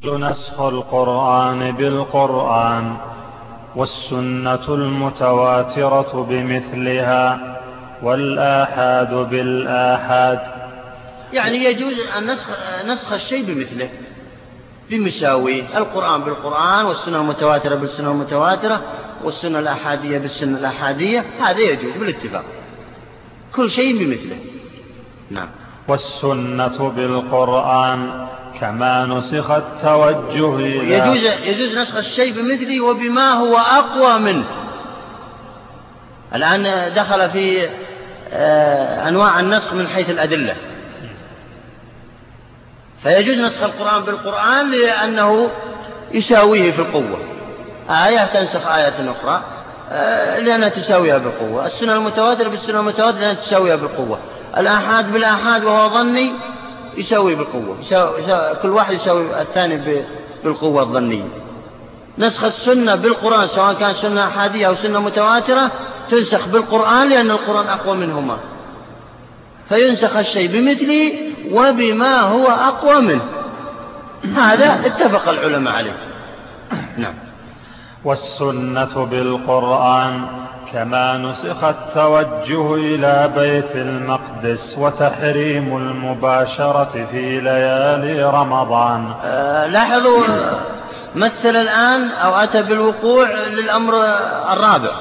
نسخ القرآن بالقرآن والسنة المتواترة بمثلها والآحاد بالآحاد. يعني يجوز أن نسخ الشيء بمثله بمساويه، القرآن بالقرآن والسنة المتواترة بالسنة المتواترة والسنة الآحادية بالسنة الآحادية، هذا يجوز بالاتفاق، كل شيء بمثله. نعم. والسنة بالقرآن كما نسخ التوجه يجوز نسخ الشيء بمثله وبما هو أقوى منه. الآن دخل في أنواع النسخ من حيث الأدلة، فيجوز نسخ القرآن بالقرآن لأنه يساويه في القوة، آية تنسخ آية أخرى لأنها تساويها بالقوة، السنة المتواترة بالسنة المتواترة لأنها تساويها بالقوة، الآحاد بالآحاد وهو ظني يساوي بالقوة، كل واحد يساوي الثاني بالقوة الظنية. نسخ السنة بالقرآن سواء كان سنة أحادية أو سنة متواترة تنسخ بالقرآن لأن القرآن أقوى منهما، فينسخ الشيء بمثله وبما هو أقوى منه، هذا اتفق العلماء عليه. نعم. والسنة بالقرآن كما نسخ التوجه إلى بيت المقدس وتحريم المباشرة في ليالي رمضان. لاحظوا مثل الآن أو أتى بالوقوع للأمر الرابع،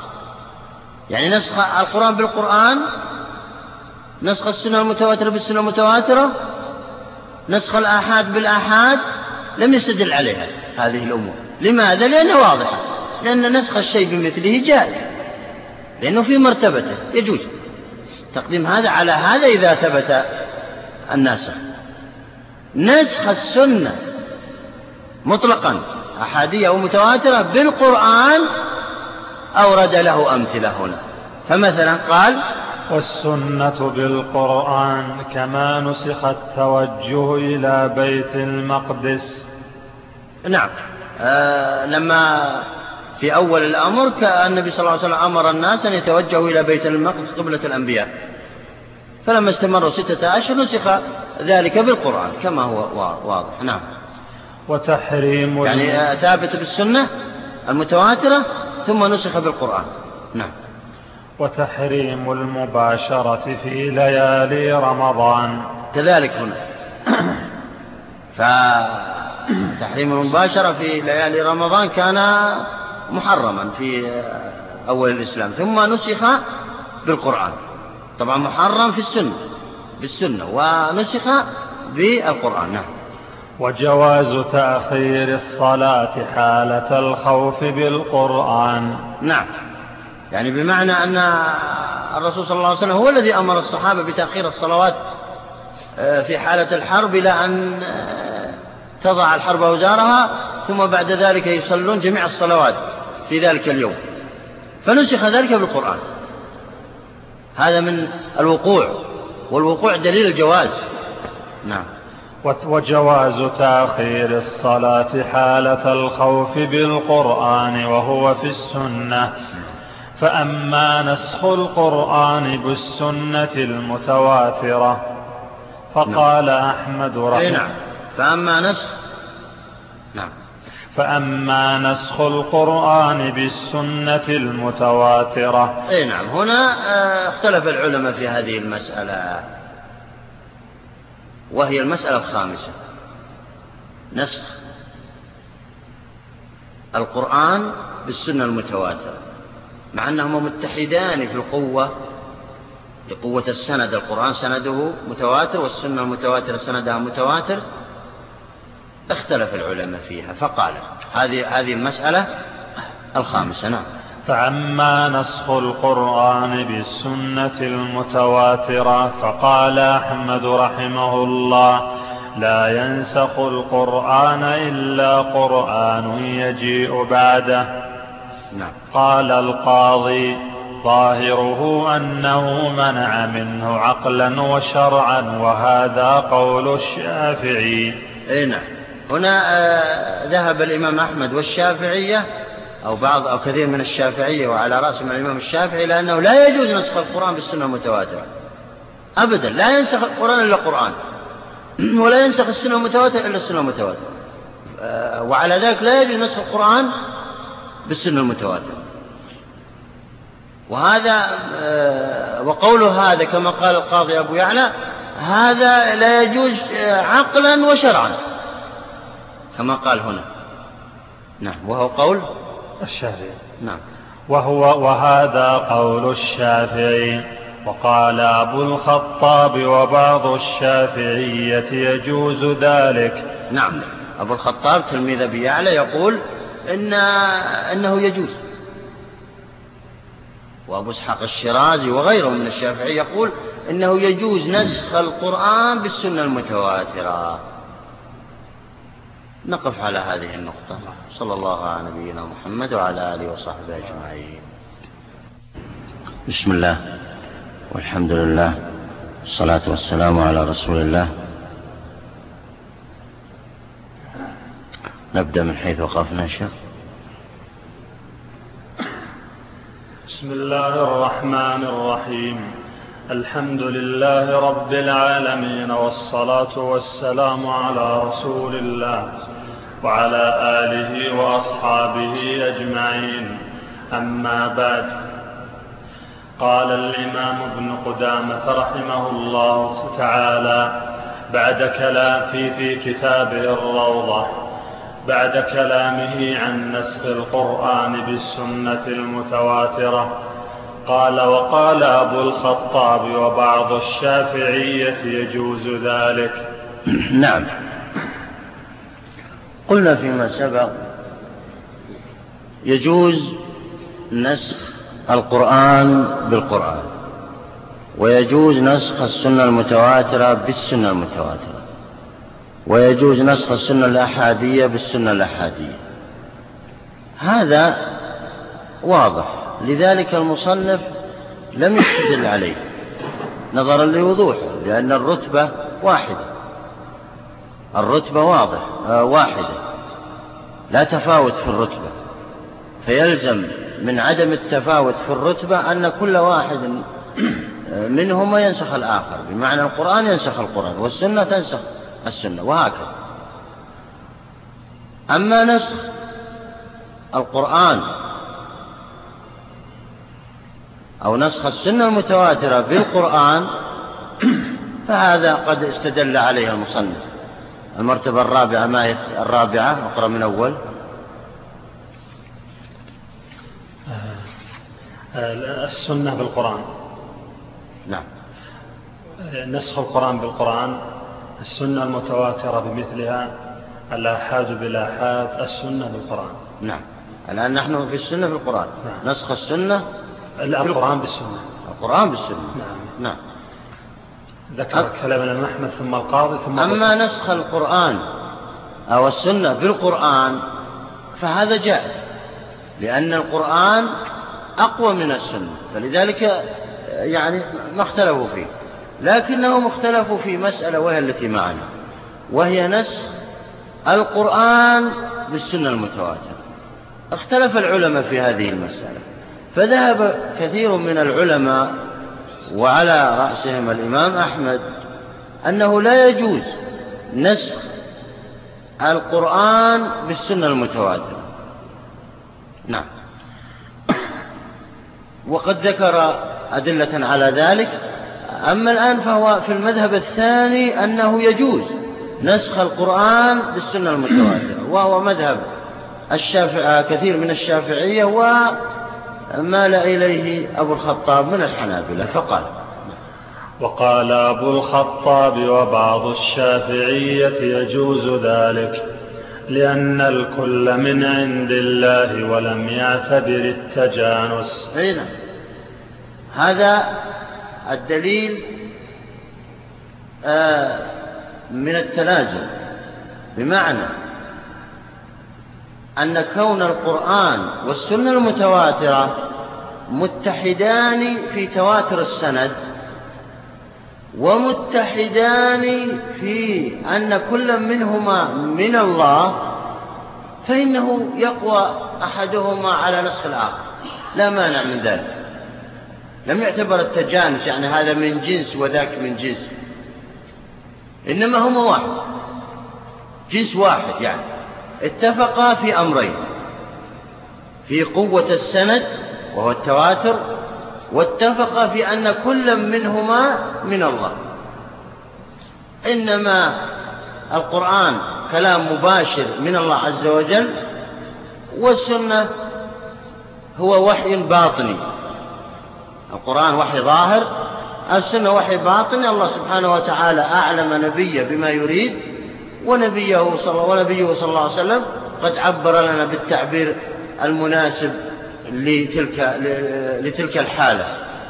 يعني نسخ القرآن بالقرآن، نسخ السنة المتواترة بالسنة المتواترة، نسخ الآحاد بالآحاد، لم يستدل عليها هذه الأمور. لماذا؟ لأنها واضحة، لأن نسخ الشيء بمثله جائز، لأنه في مرتبته يجوز تقديم هذا على هذا إذا ثبت الناسخ. نسخ السنة مطلقا أحادية أو متواترة بالقرآن أورد له أمثلة هنا، فمثلا قال: والسنة بالقرآن كما نسخ التوجه إلى بيت المقدس. نعم. لما في أول الأمر كان النبي صلى الله عليه وسلم أمر الناس أن يتوجهوا إلى بيت المقدس قبلة الأنبياء، فلما استمروا 6 أشهر نسخ ذلك بالقرآن كما هو واضح. نعم. وتحريم يعني ثابت بالسنة المتواترة ثم نسخ بالقرآن. نعم. وتحريم المباشرة في ليالي رمضان كذلك هنا، فتحريم المباشرة في ليالي رمضان كان محرما في أول الإسلام، ثم نسخ بالقرآن، طبعا محرم في بالسنة ونسخ بالقرآن. نعم. وجواز تأخير الصلاة حالة الخوف بالقرآن. نعم، يعني بمعنى أن الرسول صلى الله عليه وسلم هو الذي أمر الصحابة بتأخير الصلوات في حالة الحرب إلى أن تضع الحرب أوزارها، ثم بعد ذلك يصلون جميع الصلوات في ذلك اليوم، فنسخ ذلك بالقرآن. هذا من الوقوع، والوقوع دليل الجواز. نعم. وجواز تأخير الصلاة حالة الخوف بالقرآن وهو في السنة. فأما نسخ القرآن بالسنة المتواترة فقال أحمد رحمه فأما نسخ القرآن بالسنة المتواترة. نعم. هنا اختلف العلماء في هذه المسألة، وهي المسألة الخامسة: نسخ القرآن بالسنة المتواترة، مع أنهما متحدان في القوة لقوة السند، القرآن سنده متواتر والسنة المتواترة سندها متواتر، اختلف العلماء فيها، فقال هذه المسألة الخامسة. نعم. فأما نسخ القرآن بالسنة المتواترة فقال أحمد رحمه الله: لا ينسخ القرآن إلا قرآن يجيء بعده. نعم. قال القاضي: ظاهره أنه منع منه عقلا وشرعا، وهذا قول الشافعي. نعم. هنا ذهب الإمام أحمد والشافعية أو بعض أو كثير من الشافعية وعلى رأسهم الإمام الشافعي لأنه لا يجوز نسخ القرآن بالسنة المتواترة أبدا، لا ينسخ القرآن إلا القرآن، ولا ينسخ السنة المتواترة إلا السنة المتواترة. وعلى ذلك لا يجوز نسخ القرآن بالسنة المتواترة. وهذا وقوله هذا كما قال القاضي أبو يعلى هذا لا يجوز عقلا وشرعا كما قال هنا. نعم. وهو قول الشافعي. نعم. وهذا قول الشافعي. وقال أبو الخطاب وبعض الشافعية يجوز ذلك. نعم. أبو الخطاب تلميذ أبي يعلى يقول إنه يجوز. وأبو اسحاق الشيرازي وغيره من الشافعي يقول إنه يجوز نسخ القرآن بالسنة المتواترة. نقف على هذه النقطة. صلى الله على نبينا محمد وعلى آله وصحبه أجمعين. بسم الله والحمد لله والصلاة والسلام على رسول الله. نبدأ من حيث وقفنا شيخ. بسم الله الرحمن الرحيم. الحمد لله رب العالمين، والصلاة والسلام على رسول الله وعلى آله وأصحابه أجمعين. أما بعد، قال الإمام ابن قدامة رحمه الله تعالى بعد كلام في كتابه الروضة بعد كلامه عن نسخ القرآن بالسنة المتواترة قال: وقال أبو الخطاب وبعض الشافعية يجوز ذلك. نعم. قلنا فيما سبق يجوز نسخ القرآن بالقرآن، ويجوز نسخ السنة المتواترة بالسنة المتواترة، ويجوز نسخ السنة الأحادية بالسنة الأحادية. هذا واضح، لذلك المصنف لم يستدل عليه نظرا لوضوحه، لأن الرتبة واحدة، الرتبة واحدة، لا تفاوت في الرتبة، فيلزم من عدم التفاوت في الرتبة أن كل واحد منهما ينسخ الآخر، بمعنى القرآن ينسخ القرآن والسنة تنسخ السنة، وهكذا. أما نسخ القرآن أو نسخ السنة المتواترة بالقرآن فهذا قد استدل عليه المصنف. المرتبة الرابعة، ما هي الرابعة؟ أقرأ من أول. السنة بالقرآن. نعم. نسخ القرآن بالقرآن، السنة المتواترة بمثلها، الآحاد بالآحاد، السنة بالقرآن. نعم. الآن نحن في السنة بالقرآن. نعم. نسخ السنة القرآن بالسنة. القرآن بالسنة. نعم. نعم. ذكر كلام الإمام أحمد ثم القاضي ثم أما نسخ القرآن أو السنة بالقرآن فهذا جائز، لأن القرآن أقوى من السنة، فلذلك يعني ما اختلفوا فيه، لكنهم اختلفوا في مسألة وهي التي معنا، وهي نسخ القرآن بالسنة المتواترة. اختلف العلماء في هذه المسألة، فذهب كثير من العلماء وعلى رأسهم الإمام أحمد أنه لا يجوز نسخ القرآن بالسنة المتواترة. نعم. وقد ذكر أدلة على ذلك. أما الآن فهو في المذهب الثاني أنه يجوز نسخ القرآن بالسنة المتواترة، وهو مذهب كثير من الشافعية ومال إليه أبو الخطاب من الحنابلة. فقال: وقال أبو الخطاب وبعض الشافعية يجوز ذلك، لأن الكل من عند الله ولم يعتبر التجانس. هنا هذا الدليل من التلازم، بمعنى أن كون القرآن والسنة المتواترة متحدان في تواتر السند، ومتحدان في أن كل منهما من الله، فإنه يقوى أحدهما على نسخ الآخر، لا مانع من ذلك. لم يعتبر التجانس يعني هذا من جنس وذاك من جنس، إنما هما واحد، جنس واحد يعني. اتفقا في أمرين: في قوة السند وهو التواتر، واتفقا في أن كل منهما من الله. إنما القرآن كلام مباشر من الله عز وجل، والسنة هو وحي باطني. القرآن وحي ظاهر، السنة وحي باطني. الله سبحانه وتعالى أعلم نبيه بما يريد، ونبيه صلى الله عليه وسلم قد عبر لنا بالتعبير المناسب لتلك الحالة.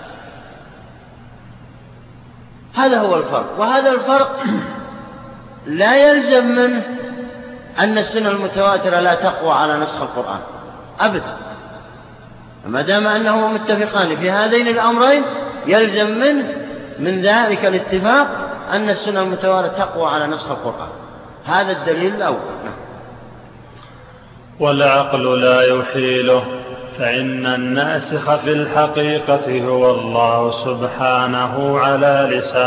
هذا هو الفرق. وهذا الفرق لا يلزم منه أن السنة المتواترة لا تقوى على نسخ القرآن أبدا. ما دام أنهما متفقان في هذين الأمرين، يلزم من ذلك الاتفاق أن السنة المتواترة تقوى على نسخ القرآن. هذا الدليل الأول. والعقل لا يحيله، فإن الناسخ في الحقيقة هو الله سبحانه على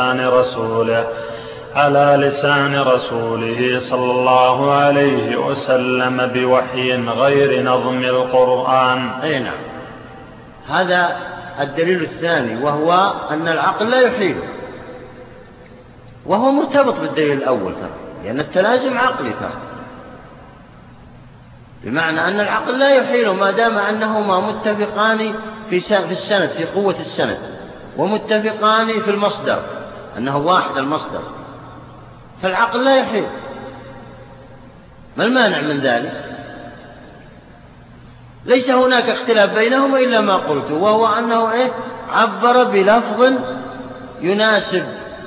لسان رسوله صلى الله عليه وسلم بوحي غير نظم القرآن. أي نعم، هذا الدليل الثاني، وهو أن العقل لا يحيله، وهو مرتبط بالدليل الأول لأن التلازم عقلي بمعنى أن العقل لا يحيله ما دام أنهما متفقان في السند، في قوة السند، ومتفقان في المصدر أنه واحد المصدر، فالعقل لا يحيل. ما المانع من ذلك؟ ليس هناك اختلاف بينهما إلا ما قلت، وهو أنه عبر بلفظ يناسب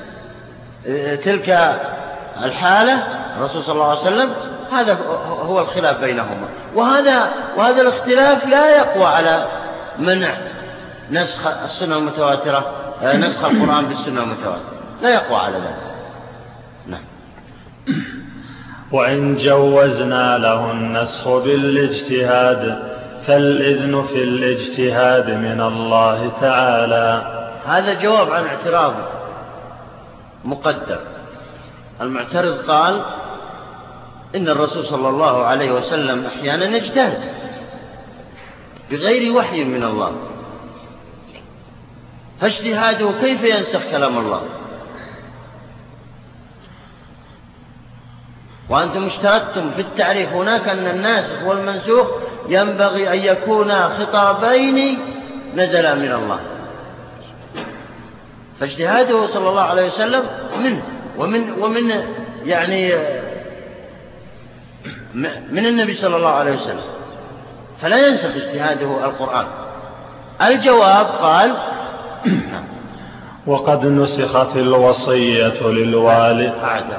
تلك الحالة الرسول صلى الله عليه وسلم. هذا هو الخلاف بينهما، وهذا الاختلاف لا يقوى على منع نسخ السنة المتواترة، نسخ القرآن بالسنة المتواترة، لا يقوى على ذلك. نعم. وإن جوزنا له النسخ بالاجتهاد فالإذن في الاجتهاد من الله تعالى. هذا جواب عن اعتراض مقدر. المعترض قال إن الرسول صلى الله عليه وسلم أحيانا يجتهد بغير وحي من الله، فاجتهاده كيف ينسخ كلام الله؟ وأنتم اشترطتم في التعريف هناك أن الناسخ والمنسوخ ينبغي أن يكونا خطابين نزلا من الله، فاجتهاده صلى الله عليه وسلم منه ومن يعني من النبي صلى الله عليه وسلم، فلا ينسخ اجتهاده القرآن. الجواب قال وقد نسخت الوصية للوالد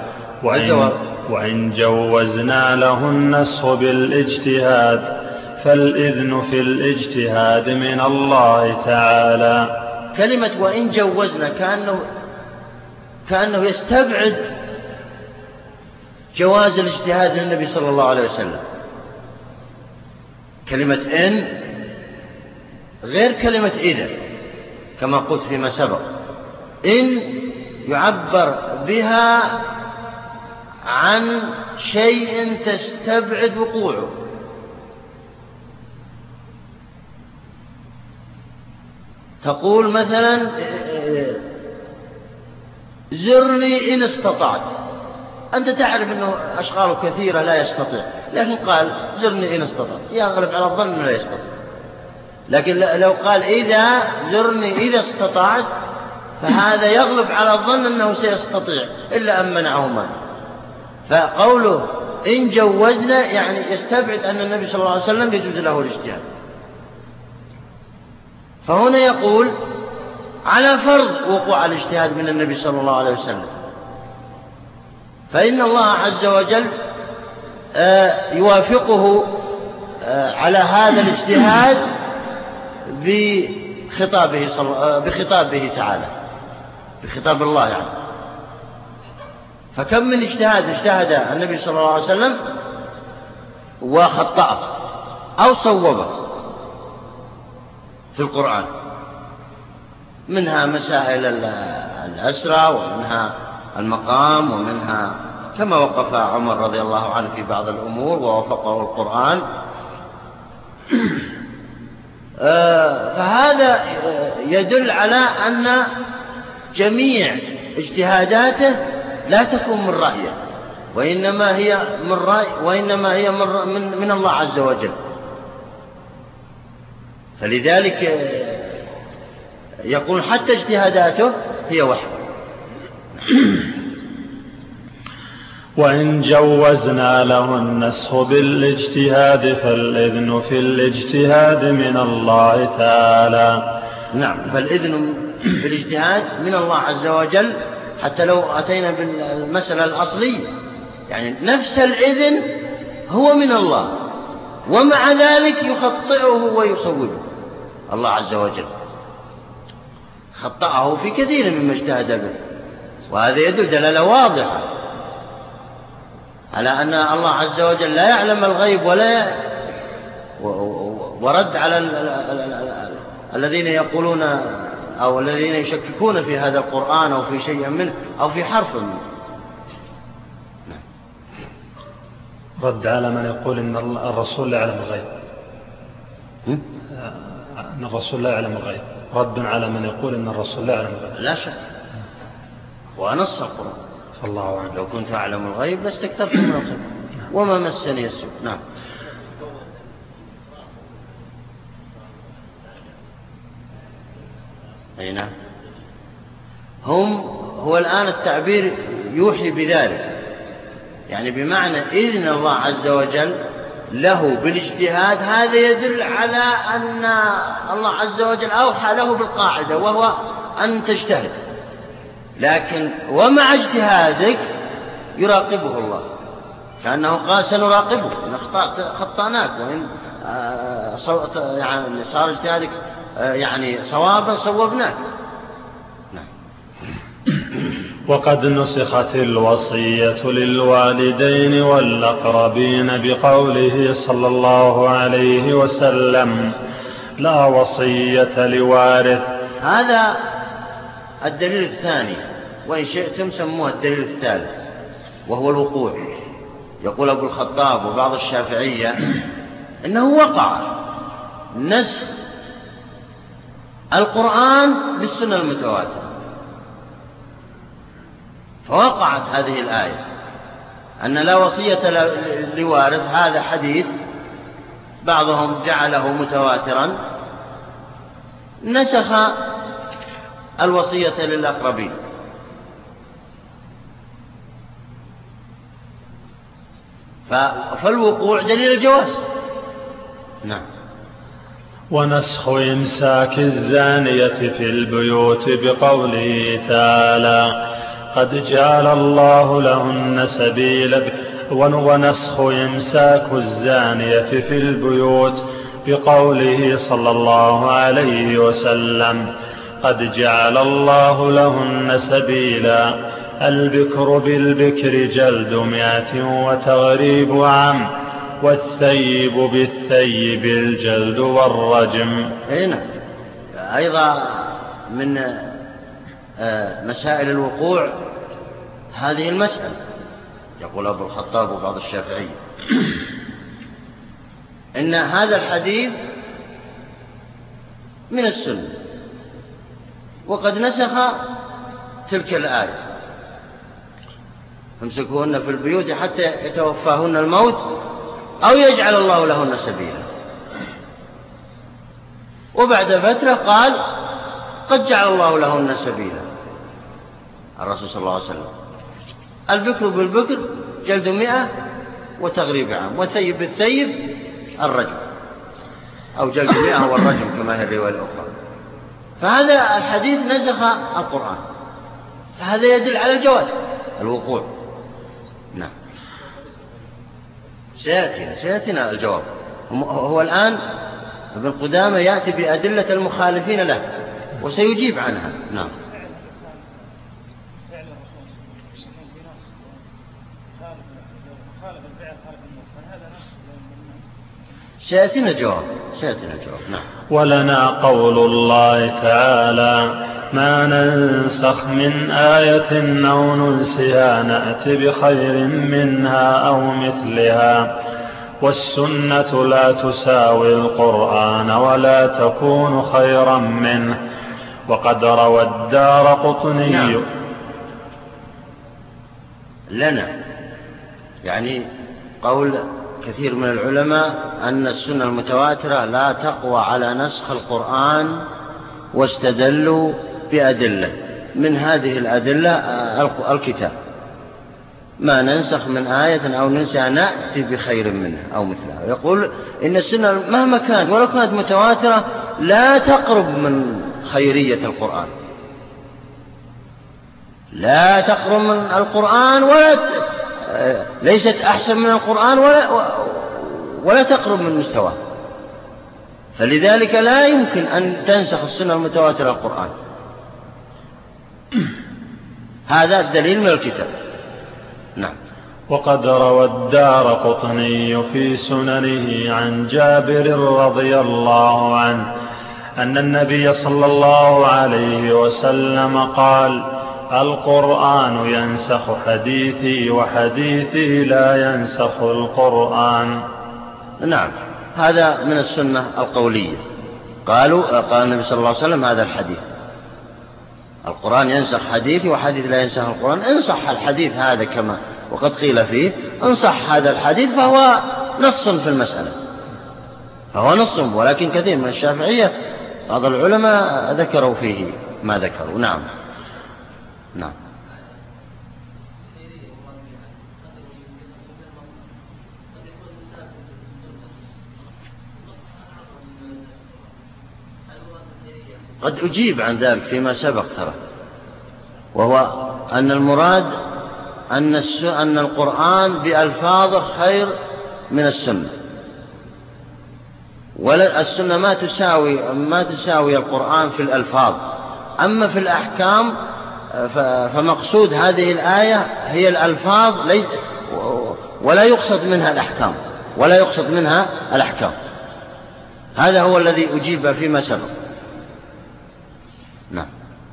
وإن جوزنا له النسخ بالاجتهاد فالإذن في الاجتهاد من الله تعالى. كلمة وإن جوزنا كأنه يستبعد جواز الاجتهاد للنبي صلى الله عليه وسلم. كلمة إن غير كلمة إذا، كما قلت فيما سبق. إن يعبر بها عن شيء تستبعد وقوعه، تقول مثلا زرني إن استطعت، أنت تعرف أنه أشغال كثيرة لا يستطيع، لكن قال زرني إن استطعت، يغلب على الظن أنه لا يستطيع. لكن لو قال إذا زرني إذا استطعت، فهذا يغلب على الظن أنه سيستطيع إلا أن منعه مانع. فقوله إن جوزنا يعني يستبعد أن النبي صلى الله عليه وسلم يجوز له الاجتهاد. فهنا يقول على فرض وقوع الاجتهاد من النبي صلى الله عليه وسلم، فإن الله عز وجل يوافقه على هذا الاجتهاد بخطابه تعالى، بخطاب الله يعني. فكم من اجتهد النبي صلى الله عليه وسلم وخطأه أو صوبه في القرآن، منها مسائل الأسرى، ومنها المقام، ومنها كما وقف عمر رضي الله عنه في بعض الأمور ووفقه القرآن. فهذا يدل على أن جميع اجتهاداته لا تكون من رأيه، وإنما هي من الله عز وجل. فلذلك يقول حتى اجتهاداته هي وحي. وإن جوزنا له النسخ بالاجتهاد فالإذن في الاجتهاد من الله تعالى. نعم، فالإذن بالاجتهاد من الله عز وجل، حتى لو أتينا بالمسألة الأصلية، يعني نفس الإذن هو من الله، ومع ذلك يخطئه ويصوبه الله عز وجل، خطأه في كثير مما اجتهد به. وهذا يدل دلالة واضحة على أن الله عز وجل لا يعلم الغيب ورد على الذين يقولون أو الذين يشككون في هذا القرآن أو في شيء منه أو في حرف منه. رد على من يقول إن الرسول لا يعلم الغيب، أن الرسول لا يعلم الغيب، رد على من يقول إن الرسول لا يعلم الغيب. لا شك، ونص القرآن الله أعلم. لو كنت أعلم الغيب لاستكثرت من الخير وما مسني السوء. نعم. أي نعم. هو الآن التعبير يوحي بذلك، يعني بمعنى إذن الله عز وجل له بالاجتهاد، هذا يدل على أن الله عز وجل أوحى له بالقاعدة، وهو أن تجتهد، لكن ومع اجتهادك يراقبه الله، كأنه قال سنراقبه إن خطأناك، وإن يعني صار اجتهادك يعني صوابا صوبناك. نعم. وقد نسخت الوصية للوالدين والأقربين بقوله صلى الله عليه وسلم: لا وصية لوارث. هذا الدليل الثاني، وإن شئتم سموه الدليل الثالث، وهو الوقوع. يقول أبو الخطاب وبعض الشافعية إنه وقع نسخ القرآن بالسنة المتواترة، فوقعت هذه الآية أن لا وصية لوارث. هذا حديث بعضهم جعله متواترا، نسخ الوصية للأقربين. فالوقوع دليل الجواز. نعم. ونسخ إمساك الزانية في البيوت بقوله تعالى: قد جعل الله لهن سبيلا. ونسخ إمساك الزانية في البيوت بقوله صلى الله عليه وسلم: قد جعل الله لهن سبيلا. البكر بالبكر جلد 100 وتغريب عام، والثيب بالثيب الجلد والرجم. هنا أيضا من مسائل الوقوع هذه المسألة. يقول أبو الخطاب وبعض الشافعية إن هذا الحديث من السنة، وقد نسخ تلك الآية: امسكوهن في البيوت حتى يتوفاهن الموت أو يجعل الله لهن سبيلا. وبعد فترة قال: قد جعل الله لهن سبيلا. الرسول صلى الله عليه وسلم: البكر بالبكر جلد 100 وتغريب عام، والثيب بالثيب الرجم، أو جلد 100 والرجم كما هي الرواية الأخرى. فهذا الحديث نسخ القرآن، فهذا يدل على الجواز الوقوع. نعم. سيأتينا الجواب. هو الآن ابن قدامة يأتي بأدلة المخالفين له وسيجيب عنها. نعم. سيأتينا الجواب. نعم. ولنا قول الله تعالى: ما ننسخ من آية أو ننسها نأت بخير منها أو مثلها والسنة لا تساوي القرآن ولا تكون خيرا منه. وقد روى الدارقطني. نعم. لنا يعني قول كثير من العلماء أن السنة المتواترة لا تقوى على نسخ القرآن، واستدلوا بأدلة، من هذه الأدلة الكتاب ما ننسخ من آية أو ننسها نأتي بخير منها أو مثلها. يقول إن السنة مهما كانت ولو كانت متواترة لا تقرب من خيرية القرآن، لا تقرب من القرآن ليست أحسن من القرآن ولا تقرب من مستواه. فلذلك لا يمكن أن تنسخ السنة المتواترة القرآن. هذا الدليل من الكتاب. نعم. وقد روى الدارقطني في سننه عن جابر رضي الله عنه أن النبي صلى الله عليه وسلم قال: القرآن ينسخ حديثي وحديثي لا ينسخ القرآن. نعم، هذا من السنة القولية. قال النبي صلى الله عليه وسلم هذا الحديث: القرآن ينسخ حديثي وحديث لا ينسخ القرآن. إن صح الحديث هذا كما وقد قيل فيه، إن صح هذا الحديث فهو نص في المسألة، فهو نص. ولكن كثير من الشافعية بعض العلماء ذكروا فيه ما ذكروا. نعم. نعم. قد أجيب عن ذلك فيما سبق ترى، وهو أن المراد أن القرآن بألفاظ خير من السنة، ولا السنة ما تساوي القرآن في الألفاظ. أما في الأحكام فمقصود هذه الآية هي الألفاظ ولا يقصد منها الأحكام. هذا هو الذي أجيب فيما سبق. نعم.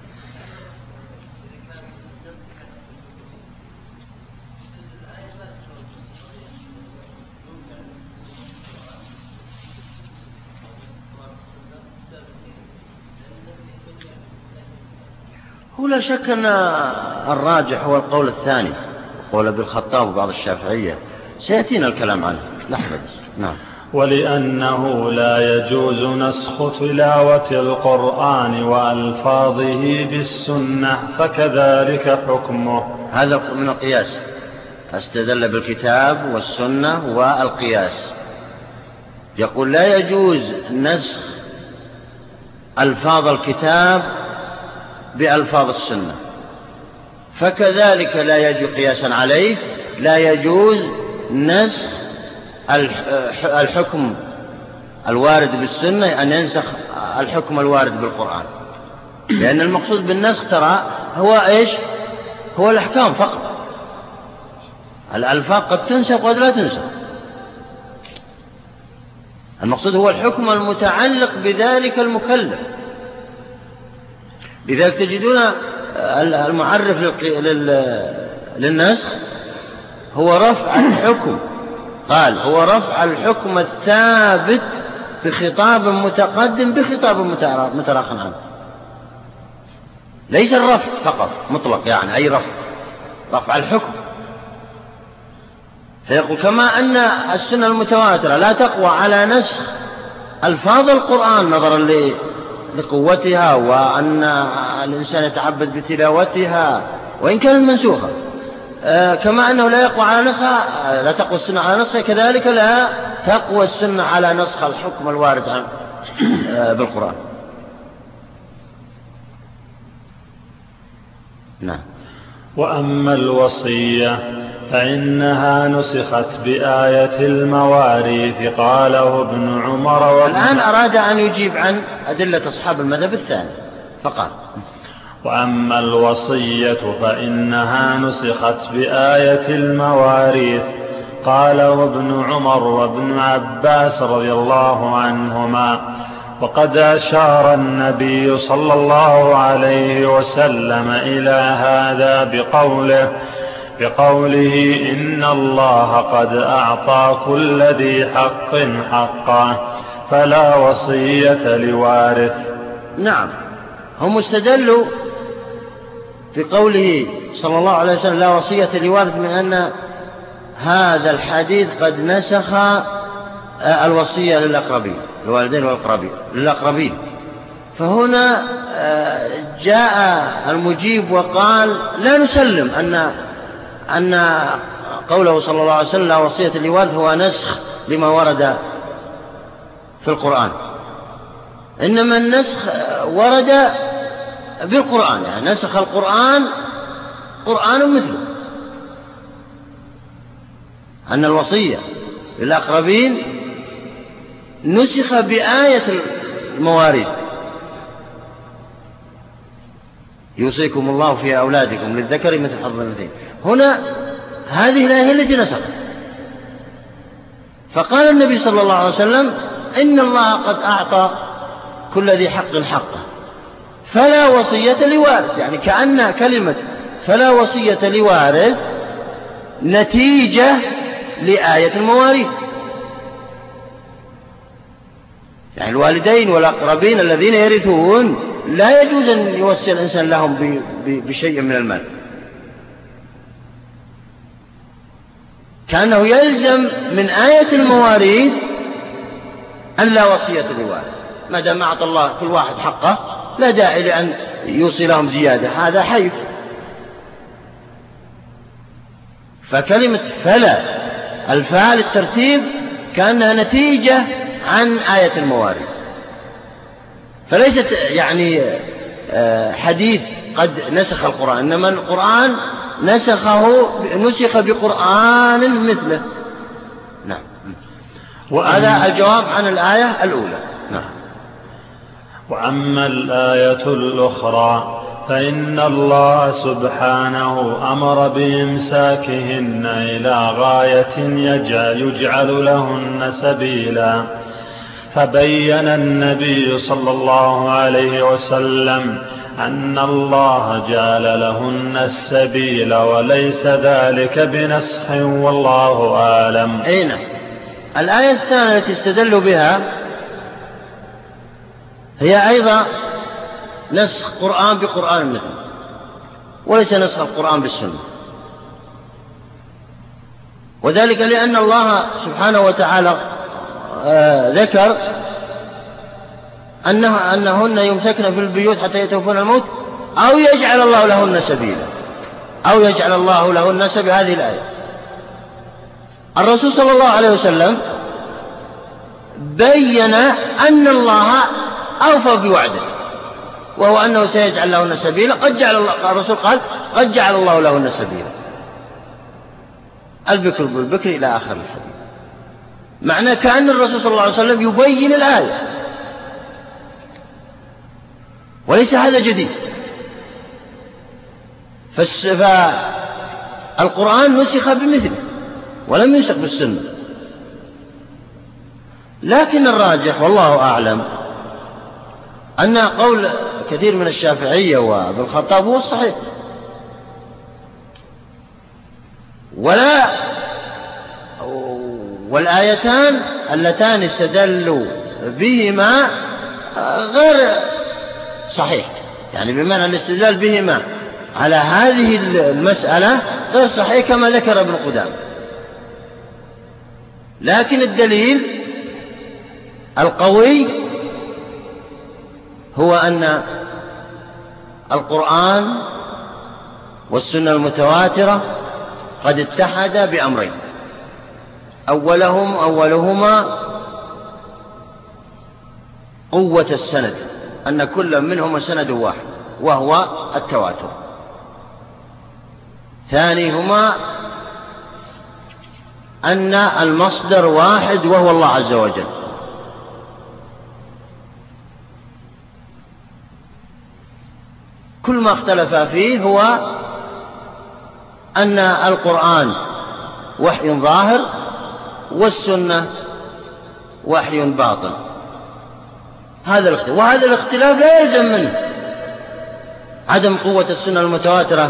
هو لا شك أن الراجح هو القول الثاني، قول ابن الخطاب وبعض الشافعية، سيأتينا الكلام عنه لحظة. نعم. ولأنه لا يجوز نسخ تلاوة القرآن وألفاظه بالسنة فكذلك حكمه. هذا من القياس، استدل بالكتاب والسنة والقياس. يقول لا يجوز نسخ ألفاظ الكتاب بألفاظ السنة، فكذلك لا يجوز قياسا عليه لا يجوز نسخ الحكم الوارد بالسنة أن ينسخ الحكم الوارد بالقرآن، لأن المقصود بالنسخ ترى هو إيش؟ هو الأحكام فقط. الألفاظ قد تنسخ وقد لا تنسخ. المقصود هو الحكم المتعلق بذلك المكلف. لذلك تجدون المعرف للنسخ هو رفع الحكم، قال هو رفع الحكم الثابت بخطاب متقدم بخطاب متراخٍ عنه. ليس الرفع فقط مطلق، يعني أي رفع الحكم. فيقول كما أن السنة المتواترة لا تقوى على نسخ ألفاظ القرآن نظرا لقوتها وأن الإنسان يتعبد بتلاوتها وإن كانت منسوخة، كما أنه لا يقوى على نسخها، لا تقوى السنة على نسخها، كذلك لا تقوى السنة على نسخ الحكم الوارد عنه بالقرآن. نعم. وأما الوصية فإنها نسخت بآية المواريث، قاله ابن عمر. الآن أراد أن يجيب عن أدلة أصحاب المذهب الثاني فقال: وأما الوصية فإنها نسخت بآية المواريث، قاله ابن عمر وابن عباس رضي الله عنهما. وقد أشار النبي صلى الله عليه وسلم إلى هذا بقوله إن الله قد أعطى كل ذي حق حقه فلا وصية لوارث. نعم، هم استدلوا بقوله صلى الله عليه وسلم لا وصية لوارث من أن هذا الحديث قد نسخ الوصية للأقربين، الوالدين والأقربين للأقربين. فهنا جاء المجيب وقال لا نسلم أن قوله صلى الله عليه وسلم لا وصية لوارث هو نسخ لما ورد في القرآن، إنما النسخ ورد بالقرآن، يعني نسخ القرآن قرآن مثله، أن الوصية للأقربين نسخ بآية المواريث يوصيكم الله في أولادكم للذكر مثل حظ الأنثيين. هنا هذه الآية التي نسخت، فقال النبي صلى الله عليه وسلم إن الله قد أعطى كل ذي حق حقه فلا وصية لوارث، يعني كأن كلمة فلا وصية لوارث نتيجة لآية المواريث، يعني الوالدين والأقربين الذين يرثون لا يجوز أن يوصي الإنسان لهم بشيء من المال، كأنه يلزم من آية المواريث أن لا وصية لوارث، ما دام أعطى الله كل واحد حقه لا داعي لأن يوصي لهم زيادة، هذا حيف. فكلمة فلا الفاء للترتيب كأنها نتيجة عن آية المواريث، فليست يعني حديث قد نسخ القرآن، إنما القرآن نسخ بقرآن مثله. نعم، وهذا الجواب عن الآية الأولى. نعم. وأما الآية الأخرى فإن الله سبحانه أمر بإمساكهن إلى غاية يجعل لهن سبيلا، فبين النبي صلى الله عليه وسلم أن الله جعل لهن السبيل وليس ذلك بنسخ والله أعلم. أين الآية الثانية التي استدلوا بها هي أيضا نسخ قرآن بقرآن مثله، وليس نسخ القرآن بالسنة، وذلك لأن الله سبحانه وتعالى ذكر أنهن يمسكن في البيوت حتى يتوفون الموت أو يجعل الله لهن سبيلا، أو يجعل الله لهن سبيلا، هذه الآية. الرسول صلى الله عليه وسلم بين أن الله أوفى بوعده، وهو أنه سيجعل لهن سبيلا. الرسول قال قد جعل الله لهن سبيلا، البكر بالبكر إلى آخر الحديث، معناه كأن الرسول صلى الله عليه وسلم يبين الآية، وليس هذا جديد. فالقرآن نسخ بمثله ولم ينسخ بالسنة، لكن الراجح والله أعلم أن قول كثير من الشافعية وابن الخطاب هو الصحيح، والآيتان اللتان استدلوا بهما غير صحيح، يعني بمعنى الاستدلال بهما على هذه المسألة غير صحيح كما ذكر ابن قدامة. لكن الدليل القوي هو أن القرآن والسنة المتواترة قد اتحدا بأمرين، أولهما قوة السند، أن كل منهما سند واحد وهو التواتر. ثانيهما أن المصدر واحد وهو الله عز وجل. كل ما اختلف فيه هو أن القرآن وحي ظاهر والسنة وحي باطن، وهذا الاختلاف لا يلزم منه عدم قوة السنة المتواترة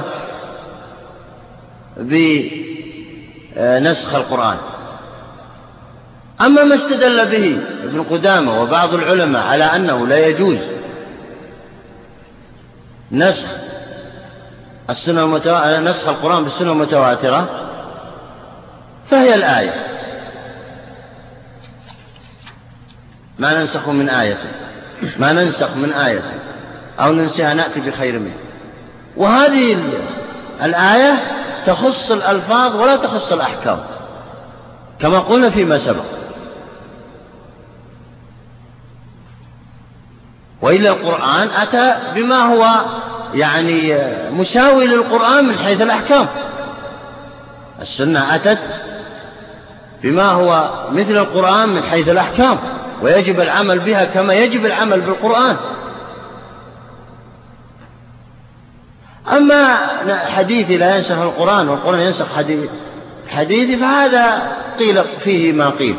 بنسخ القرآن. أما ما استدل به ابن قدامة وبعض العلماء على أنه لا يجوز نسخ القرآن بالسنة المتواترة فهي الآية، ما ننسخ من آية أو ننسيها نأتي بخير منه. وهذه الآية تخص الألفاظ ولا تخص الأحكام كما قلنا فيما سبق. وإلا القرآن أتى بما هو يعني مساوي للقرآن من حيث الأحكام، السنة أتت بما هو مثل القرآن من حيث الأحكام، ويجب العمل بها كما يجب العمل بالقرآن. أما حديثي لا ينسخ القرآن والقرآن ينسخ حديثي فهذا قيل فيه ما قيل.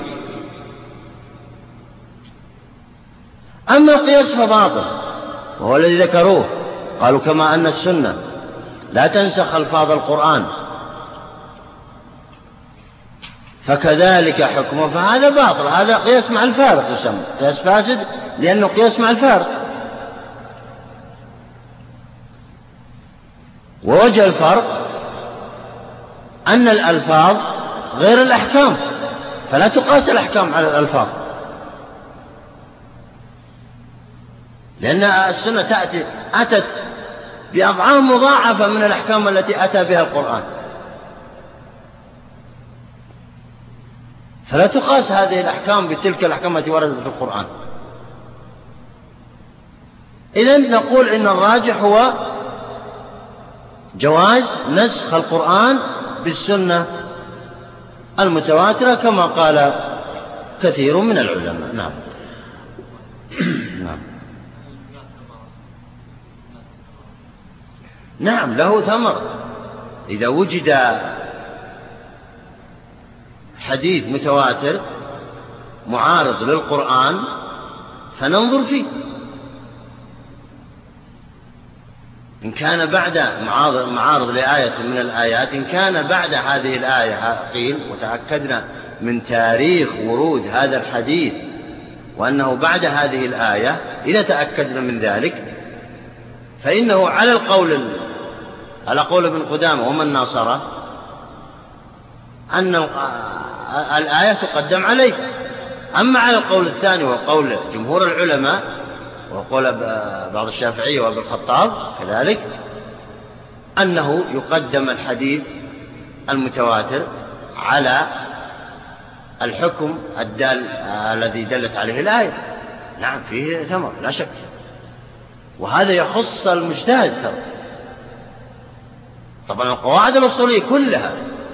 أما القياس فباطل، وهو الذي ذكروه، قالوا كما أن السنة لا تنسخ ألفاظ القرآن فكذلك حكمه، فهذا باطل، هذا قياس مع الفارق، يسمى قياس فاسد لأنه قياس مع الفارق. ووجه الفرق أن الألفاظ غير الأحكام، فلا تقاس الأحكام على الألفاظ، لأن السنة أتت بأضعاف مضاعفة من الأحكام التي أتى بها القرآن، فلا تقاس هذه الأحكام بتلك الأحكام التي وردت في القرآن. إذن نقول إن الراجح هو جواز نسخ القرآن بالسنة المتواترة كما قال كثير من العلماء. نعم. نعم له ثمر، إذا وجد حديث متواتر معارض للقرآن فننظر فيه، إن كان بعد معارض لآية من الآيات، إن كان بعد هذه الآية قيل وتأكدنا من تاريخ ورود هذا الحديث وأنه بعد هذه الآية، إذا تأكدنا من ذلك فإنه على قول ابن قدامة ومن ناصره أن الآية تقدم عليه. أما على القول الثاني وقول جمهور العلماء وقول بعض الشافعية وابن الخطاب كذلك أنه يقدم الحديث المتواتر على الحكم الذي دلت عليه الآية. نعم فيه ثمر لا شك، وهذا يخص المجتهد. طبعا القواعد الأصولية كلها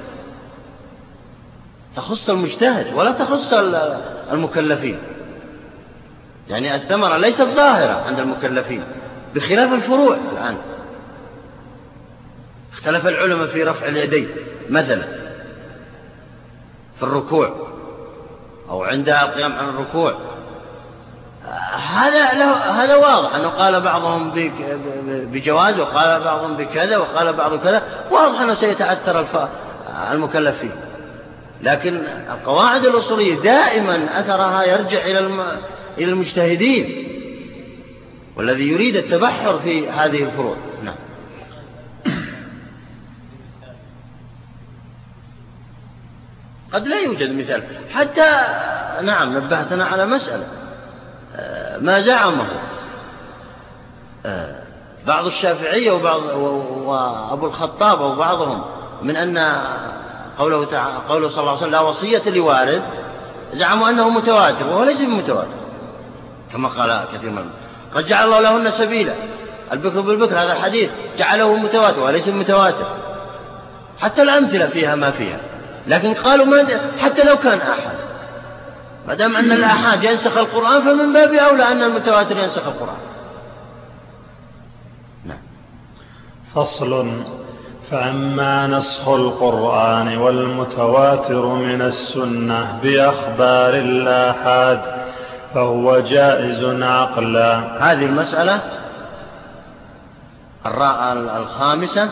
تخص المجتهد ولا تخص المكلفين، يعني الثمرة ليست ظاهرة عند المكلفين بخلاف الفروع. الآن اختلف العلماء في رفع اليدين مثلا في الركوع أو عند القيام عن الركوع، هذا واضح أنه قال بعضهم بجواز وقال بعضهم بكذا وقال بعضهم كذا، واضح أنه سيتأثر المكلفين. لكن القواعد الأصولية دائما أثرها يرجع إلى المجتهدين والذي يريد التبحر في هذه الفروع. نعم. قد لا يوجد مثال حتى. نعم نبهتنا على مسألة ما زعمه بعض الشافعية وأبو الخطاب وبعضهم من أن قوله صلى الله عليه وسلم لا وصية لوارث، زعموا أنه متواتر وهو ليس بمتواتر كما قال كثير من قد جعل الله لهن سبيلا، البكر بالبكر هذا الحديث جعله متواتر وليس بمتواتر، حتى الأمثلة فيها ما فيها. لكن قالوا حتى لو كان أحد، ما دام أن الآحاد ينسخ القرآن فمن باب أولى أن المتواتر ينسخ القرآن. نعم. فصل. فأما نسخ القرآن والمتواتر من السنة بأخبار الآحاد فهو جائز عقلا. هذه المسألة الخامسة،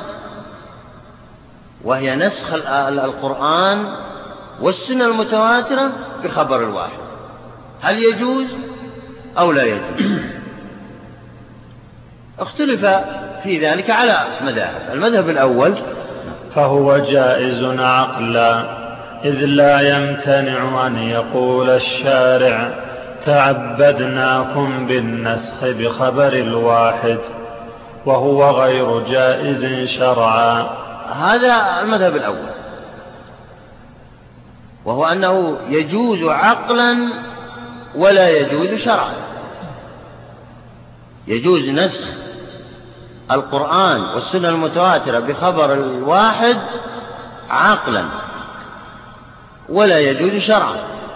وهي نسخ القرآن والسنة المتواترة بخبر الواحد، هل يجوز أو لا يجوز؟ اختلف في ذلك على مذاهب. المذهب الأول فهو جائز عقلا، إذ لا يمتنع أن يقول الشارع تعبدناكم بالنسخ بخبر الواحد، وهو غير جائز شرعا. هذا المذهب الأول، وهو أنه يجوز عقلا ولا يجوز شرعا. يجوز نسخ القرآن والسنة المتواترة بخبر الواحد عقلا، ولا يجوز شرعا.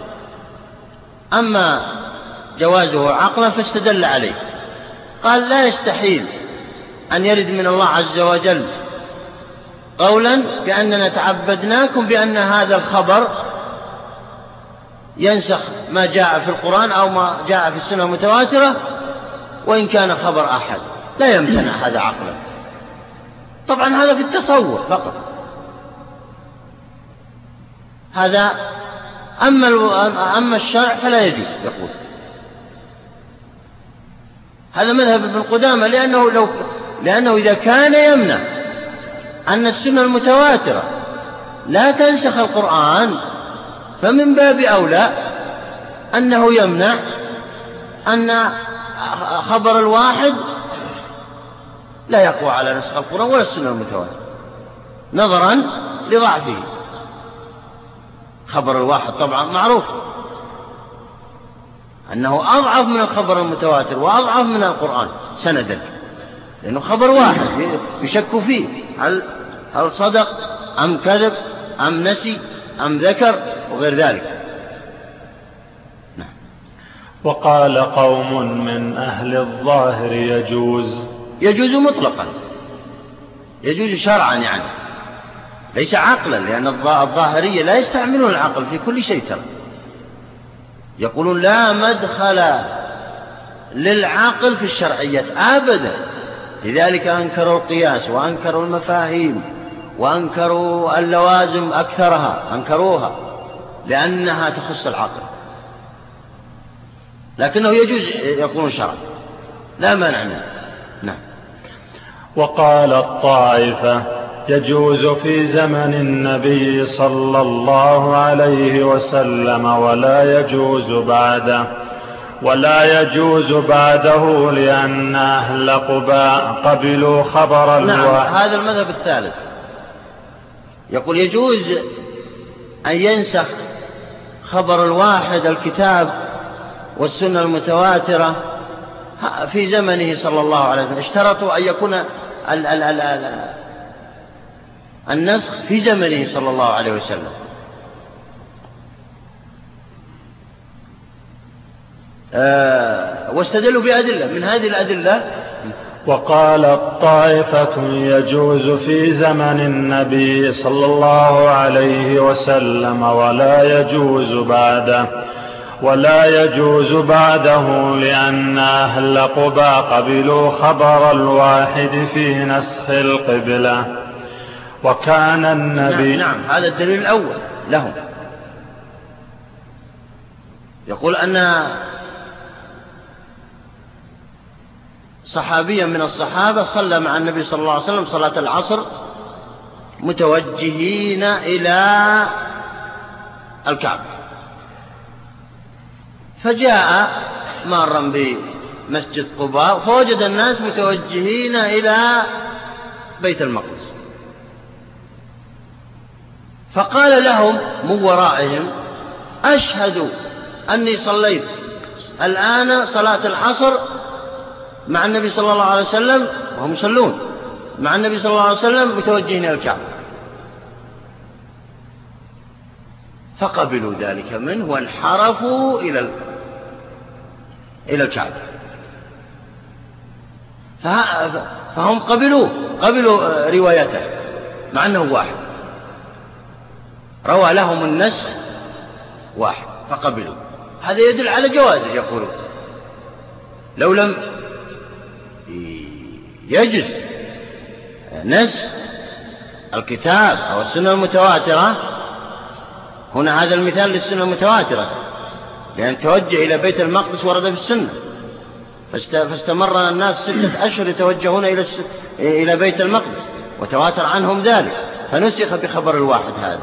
أما جوازه عقلا فاستدل عليه، قال لا يستحيل أن يرد من الله عز وجل قولا بأننا تعبدناكم بأن هذا الخبر ينسخ ما جاء في القرآن أو ما جاء في السنة المتواترة وإن كان خبر أحد، لا يمتنع هذا عقلا. طبعا هذا في التصور فقط، هذا أما الشرع فلا يجوز. يقول هذا مذهب ابن قدامة، لأنه إذا كان يمنع أن السنة المتواترة لا تنسخ القرآن، فمن باب أولى أنه يمنع أن خبر الواحد لا يقوى على نسخ القرآن ولا السنة المتواترة، نظرا لضعفه. خبر الواحد طبعا معروف أنه أضعف من الخبر المتواتر وأضعف من القرآن سندا، لأنه خبر واحد يشك فيه هل صدق أم كذب أم نسي أم ذكر وغير ذلك. نعم. وقال قوم من أهل الظاهر يجوز مطلقا، يجوز شرعا يعني، ليس عقلا، لأن الظاهرية لا يستعملون العقل في كل شيء. ترى يقولون لا مدخل للعقل في الشرعيات أبدا، لذلك أنكروا القياس وأنكروا المفاهيم وأنكروا اللوازم أكثرها، أنكروها لأنها تخص العقل، لكنه يجوز يكون شرعا لا مانع منه. نعم. وقال الطائفة يجوز في زمن النبي صلى الله عليه وسلم ولا يجوز بعده لأن أهل قباء قبلوا خبر الواحد. نعم، هذا المذهب الثالث. يقول يجوز أن ينسخ خبر الواحد الكتاب والسنة المتواترة في زمنه صلى الله عليه وسلم. اشترطوا أن يكون النسخ في زمنه صلى الله عليه وسلم. واستدلوا بأدلة من هذه الأدلة. وقال الطائفة يجوز في زمن النبي صلى الله عليه وسلم ولا يجوز بعده لأن أهل قباء قبلوا خبر الواحد في نسخ القبلة. وكان النبي نعم هذا الدليل الأول لهم. يقول أن صحابيا من الصحابة صلى مع النبي صلى الله عليه وسلم صلاة العصر متوجهين إلى الكعبة، فجاء مارا بمسجد قباء فوجد الناس متوجهين إلى بيت المقدس، فقال لهم من ورائهم أشهد أني صليت الآن صلاة العصر مع النبي صلى الله عليه وسلم، وهم يصلون مع النبي صلى الله عليه وسلم متوجهين إلى الكعبة. فقبلوا ذلك منه وانحرفوا إلى الكعبة. فهم قبلوا روايته مع أنه واحد، روى لهم النسخ واحد فقبلوا. هذا يدل على جوازه. يقولون لو لم يجز نسخ الكتاب أو السنة المتواترة، هنا هذا المثال للسنة المتواترة، لأن توجه إلى بيت المقدس ورد في السنة، فاستمر الناس 6 أشهر يتوجهون إلى بيت المقدس وتواتر عنهم ذلك، فنسخ بخبر الواحد هذا.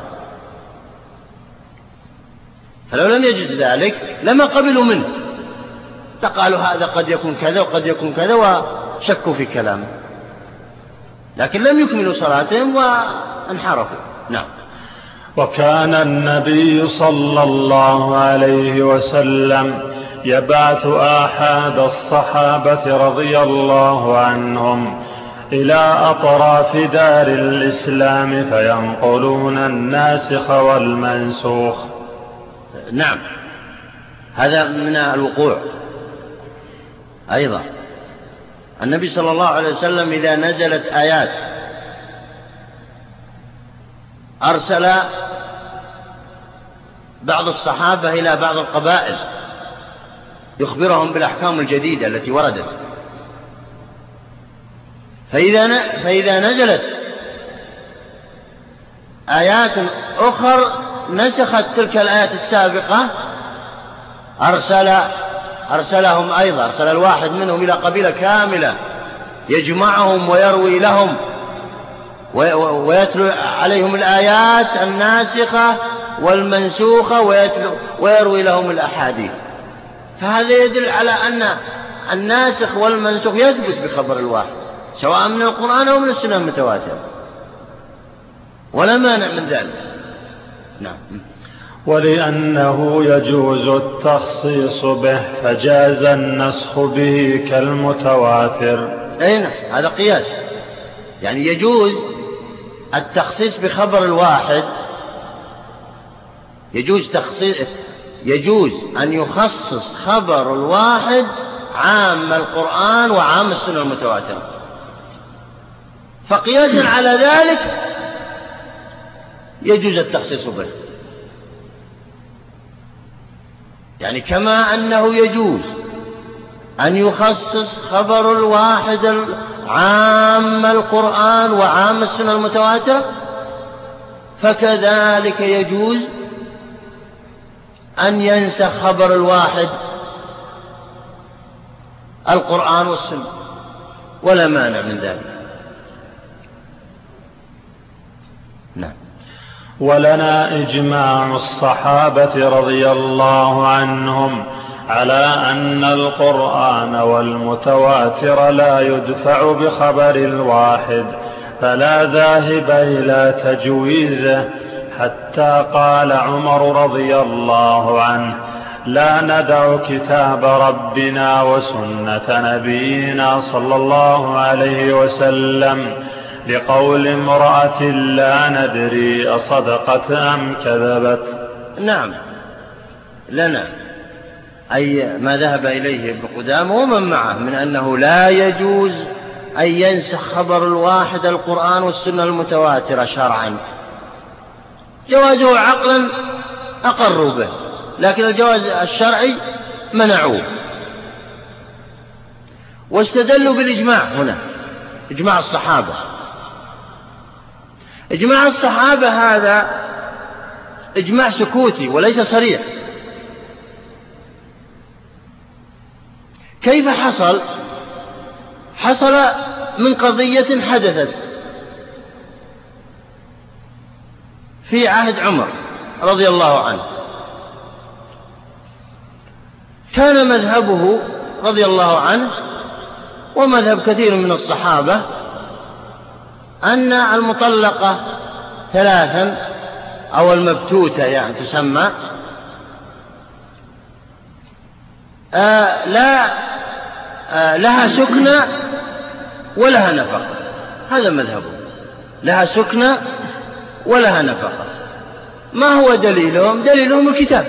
فلو لم يجز ذلك لما قبلوا منه، فقالوا هذا قد يكون كذا وقد يكون كذا وشكوا في كلامه، لكن لم يكملوا صلاتهم وانحرفوا. نعم. وكان النبي صلى الله عليه وسلم يبعث آحاد الصحابة رضي الله عنهم إلى أطراف دار الإسلام فينقلون الناسخ والمنسوخ. نعم، هذا من الوقوع أيضا. النبي صلى الله عليه وسلم إذا نزلت آيات أرسل بعض الصحابة إلى بعض القبائل يخبرهم بالأحكام الجديدة التي وردت، فإذا نزلت آيات أخر نسخت تلك الآيات السابقة أرسلهم أيضا، أرسل الواحد منهم إلى قبيلة كاملة يجمعهم ويروي لهم ويتلو عليهم الآيات الناسخة والمنسوخة ويروي لهم الأحاديث. فهذا يدل على أن الناسخ والمنسوخ يثبت بخبر الواحد، سواء من القرآن أو من السنة المتواترة، ولا مانع من ذلك. نعم. ولأنه يجوز التخصيص به فجاز النسخ به كالمتواتر. أين هذا قياس، يعني يجوز التخصيص بخبر الواحد، يجوز أن يخصص خبر الواحد عام القرآن وعام السنة المتواترة، فقياسا على ذلك يجوز التخصيص به. يعني كما أنه يجوز أن يخصص خبر الواحد عام القرآن وعام السنة المتواترة، فكذلك يجوز أن ينسخ خبر الواحد القرآن والسنة، ولا مانع من ذلك. نعم. ولنا إجماع الصحابة رضي الله عنهم على أن القرآن والمتواتر لا يدفع بخبر الواحد، فلا ذاهب إلى تجويزه، حتى قال عمر رضي الله عنه: لا ندع كتاب ربنا وسنة نبينا صلى الله عليه وسلم لقول امرأة لا ندري أصدقت أم كذبت. نعم، لنا أي ما ذهب إليه ابن قدامة ومن معه من أنه لا يجوز أن ينسخ خبر الواحد القرآن والسنة المتواترة شرعا. جوازه عقلا أقروا به، لكن الجواز الشرعي منعوه، واستدلوا بالإجماع هنا، إجماع الصحابة. إجماع الصحابة هذا إجماع سكوتي وليس صريح. كيف حصل؟ حصل من قضية حدثت في عهد عمر رضي الله عنه. كان مذهبه رضي الله عنه ومذهب كثير من الصحابة أن المطلقة 3 أو المبتوتة يعني تسمى لا لها سكنى ولها نفقة. هذا مذهبه، لها سكنى ولها نفقة. ما هو دليلهم؟ دليلهم الكتاب،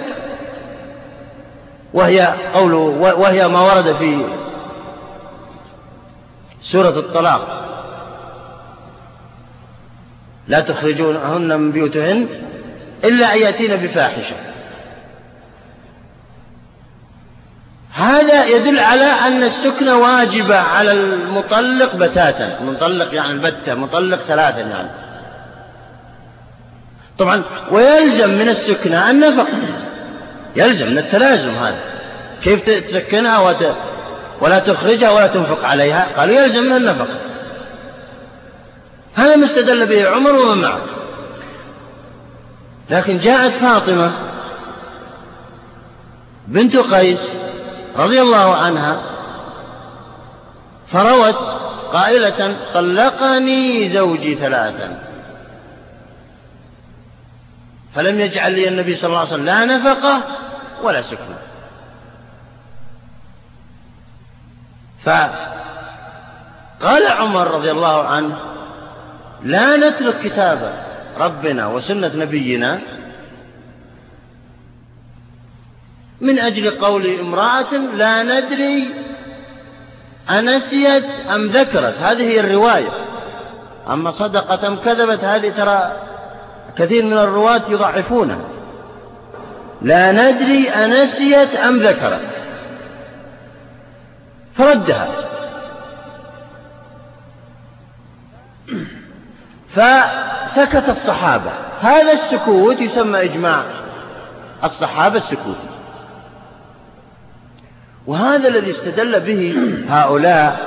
وهي ما ورد في سورة الطلاق: لا تخرجوهن من بيوتهن إلا أن يأتين بفاحشة. هذا يدل على أن السكنة واجبة على المطلق بتاتا، المطلق يعني البتة، مطلق 3 يعني. طبعا ويلزم من السكنة النفقة، يلزم من التلازم هذا. كيف تسكنها ولا تخرجها ولا تنفق عليها؟ قالوا يلزم منها النفقة. هذا ما استدل به عمر ومن معه. لكن جاءت فاطمة بنت قيس رضي الله عنها فروت قائلة: طلقني زوجي 3 فلم يجعل لي النبي صلى الله عليه وسلم لا نفقة ولا سكنة. فقال عمر رضي الله عنه: لا نترك كتاب ربنا وسنة نبينا من أجل قول امرأة لا ندري أنسيت أم ذكرت. هذه هي الرواية. أما صدقت أم كذبت هذه ترى كثير من الرواة يضعفونها. لا ندري أنسيت أم ذكرت، فردها. فسكت الصحابة. هذا السكوت يسمى إجماع الصحابة السكوت. وهذا الذي استدل به هؤلاء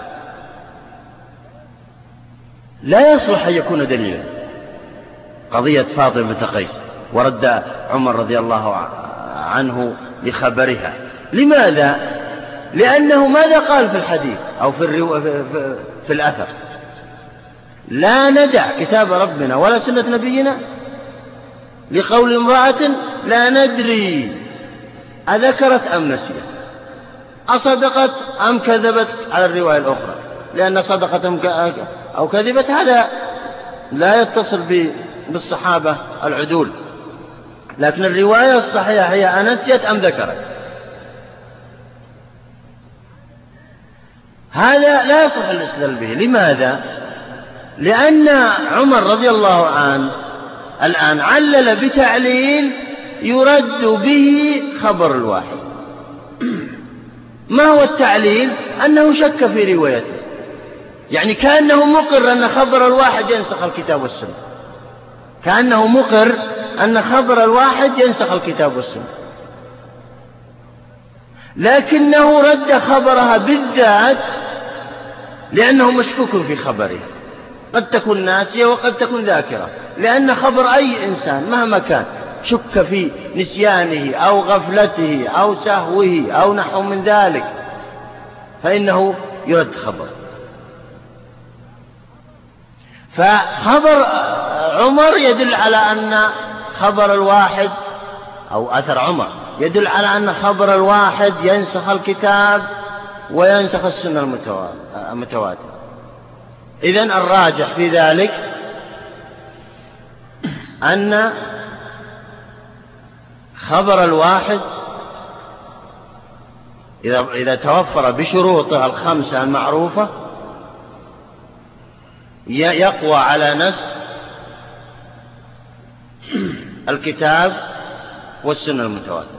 لا يصلح أن يكون دليلا. قضية فاطمة بنت قيس ورد عمر رضي الله عنه لخبرها. لماذا؟ لأنه ماذا قال في الحديث أو في الأثر؟ لا ندع كتاب ربنا ولا سنة نبينا لقول امرأة لا ندري أذكرت أم نسيت، أصدقت أم كذبت على الرواية الأخرى. لأن صدقت أو كذبت هذا لا يتصل بالصحابة العدول. لكن الرواية الصحيحة هي أنسيت أم ذكرت. هذا لا يصح الاستدلال به. لماذا؟ لأن عمر رضي الله عنه الآن علل بتعليل يرد به خبر الواحد. ما هو التعليل؟ أنه شك في روايته، يعني كأنه مقر أن خبر الواحد ينسخ الكتاب والسنة، كأنه مقر أن خبر الواحد ينسخ الكتاب والسنة، لكنه رد خبرها بالذات لأنه مشكوك في خبره. قد تكون ناسية وقد تكون ذاكرة، لأن خبر أي إنسان مهما كان شك في نسيانه أو غفلته أو سهوه أو نحو من ذلك فإنه يرد خبر. فخبر عمر يدل على أن خبر الواحد أو أثر عمر يدل على أن خبر الواحد ينسخ الكتاب وينسخ السنة المتواترة. إذن الراجح في ذلك أن خبر الواحد إذا توفر بشروطها 5 المعروفة يقوى على نسخ الكتاب والسنة المتواترة.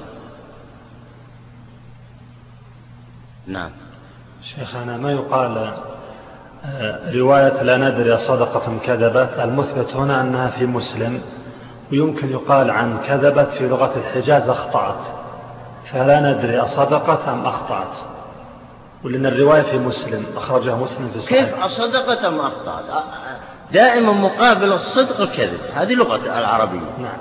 نعم. شيخنا، ما يقال رواية لا ندري صدقة كذبت، المثبت هنا أنها في مسلم، ويمكن يقال عن كذبت في لغة الحجاز أخطأت، فلا ندري أصدقت أم أخطأت، ولأن الرواية في مسلم أخرجها مسلم في الصحيح. كيف أصدقت أم أخطأت؟ دائما مقابل الصدق الكذب، هذه لغة العربية. نعم.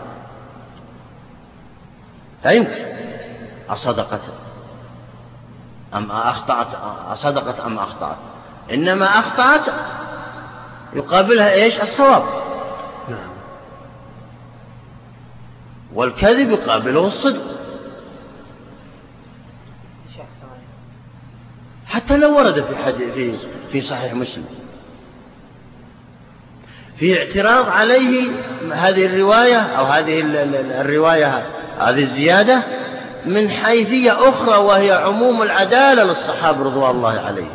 لا يمكن أصدقت أم أخطأت، أصدقت أم أخطأت، إنما أخطأت يقابلها إيش؟ الصواب. نعم. والكذب يقابله الصدق، حتى لو ورد في صحيح مسلم في اعتراض عليه هذه الرواية أو هذه الرواية هذه الزيادة من حيثية أخرى، وهي عموم العدالة للصحابة رضوان الله عليهم.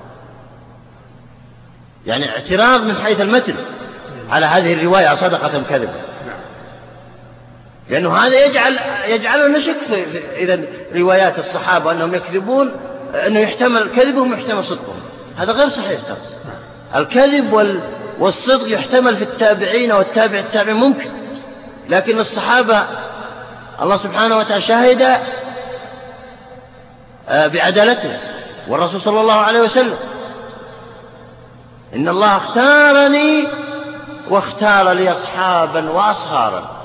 يعني اعتراض من حيث المتن على هذه الرواية صدقة كذبة، لأنه هذا يجعلنا نشك في إذا روايات الصحابة أنهم يكذبون، أنه يحتمل كذبهم يحتمل صدقهم. هذا غير صحيح. الكذب والصدق يحتمل في التابعين والتابع التابعين ممكن، لكن الصحابة الله سبحانه وتعالى شهد بعدالته، والرسول صلى الله عليه وسلم إن الله اختارني واختار لي أصحابا وأصهارا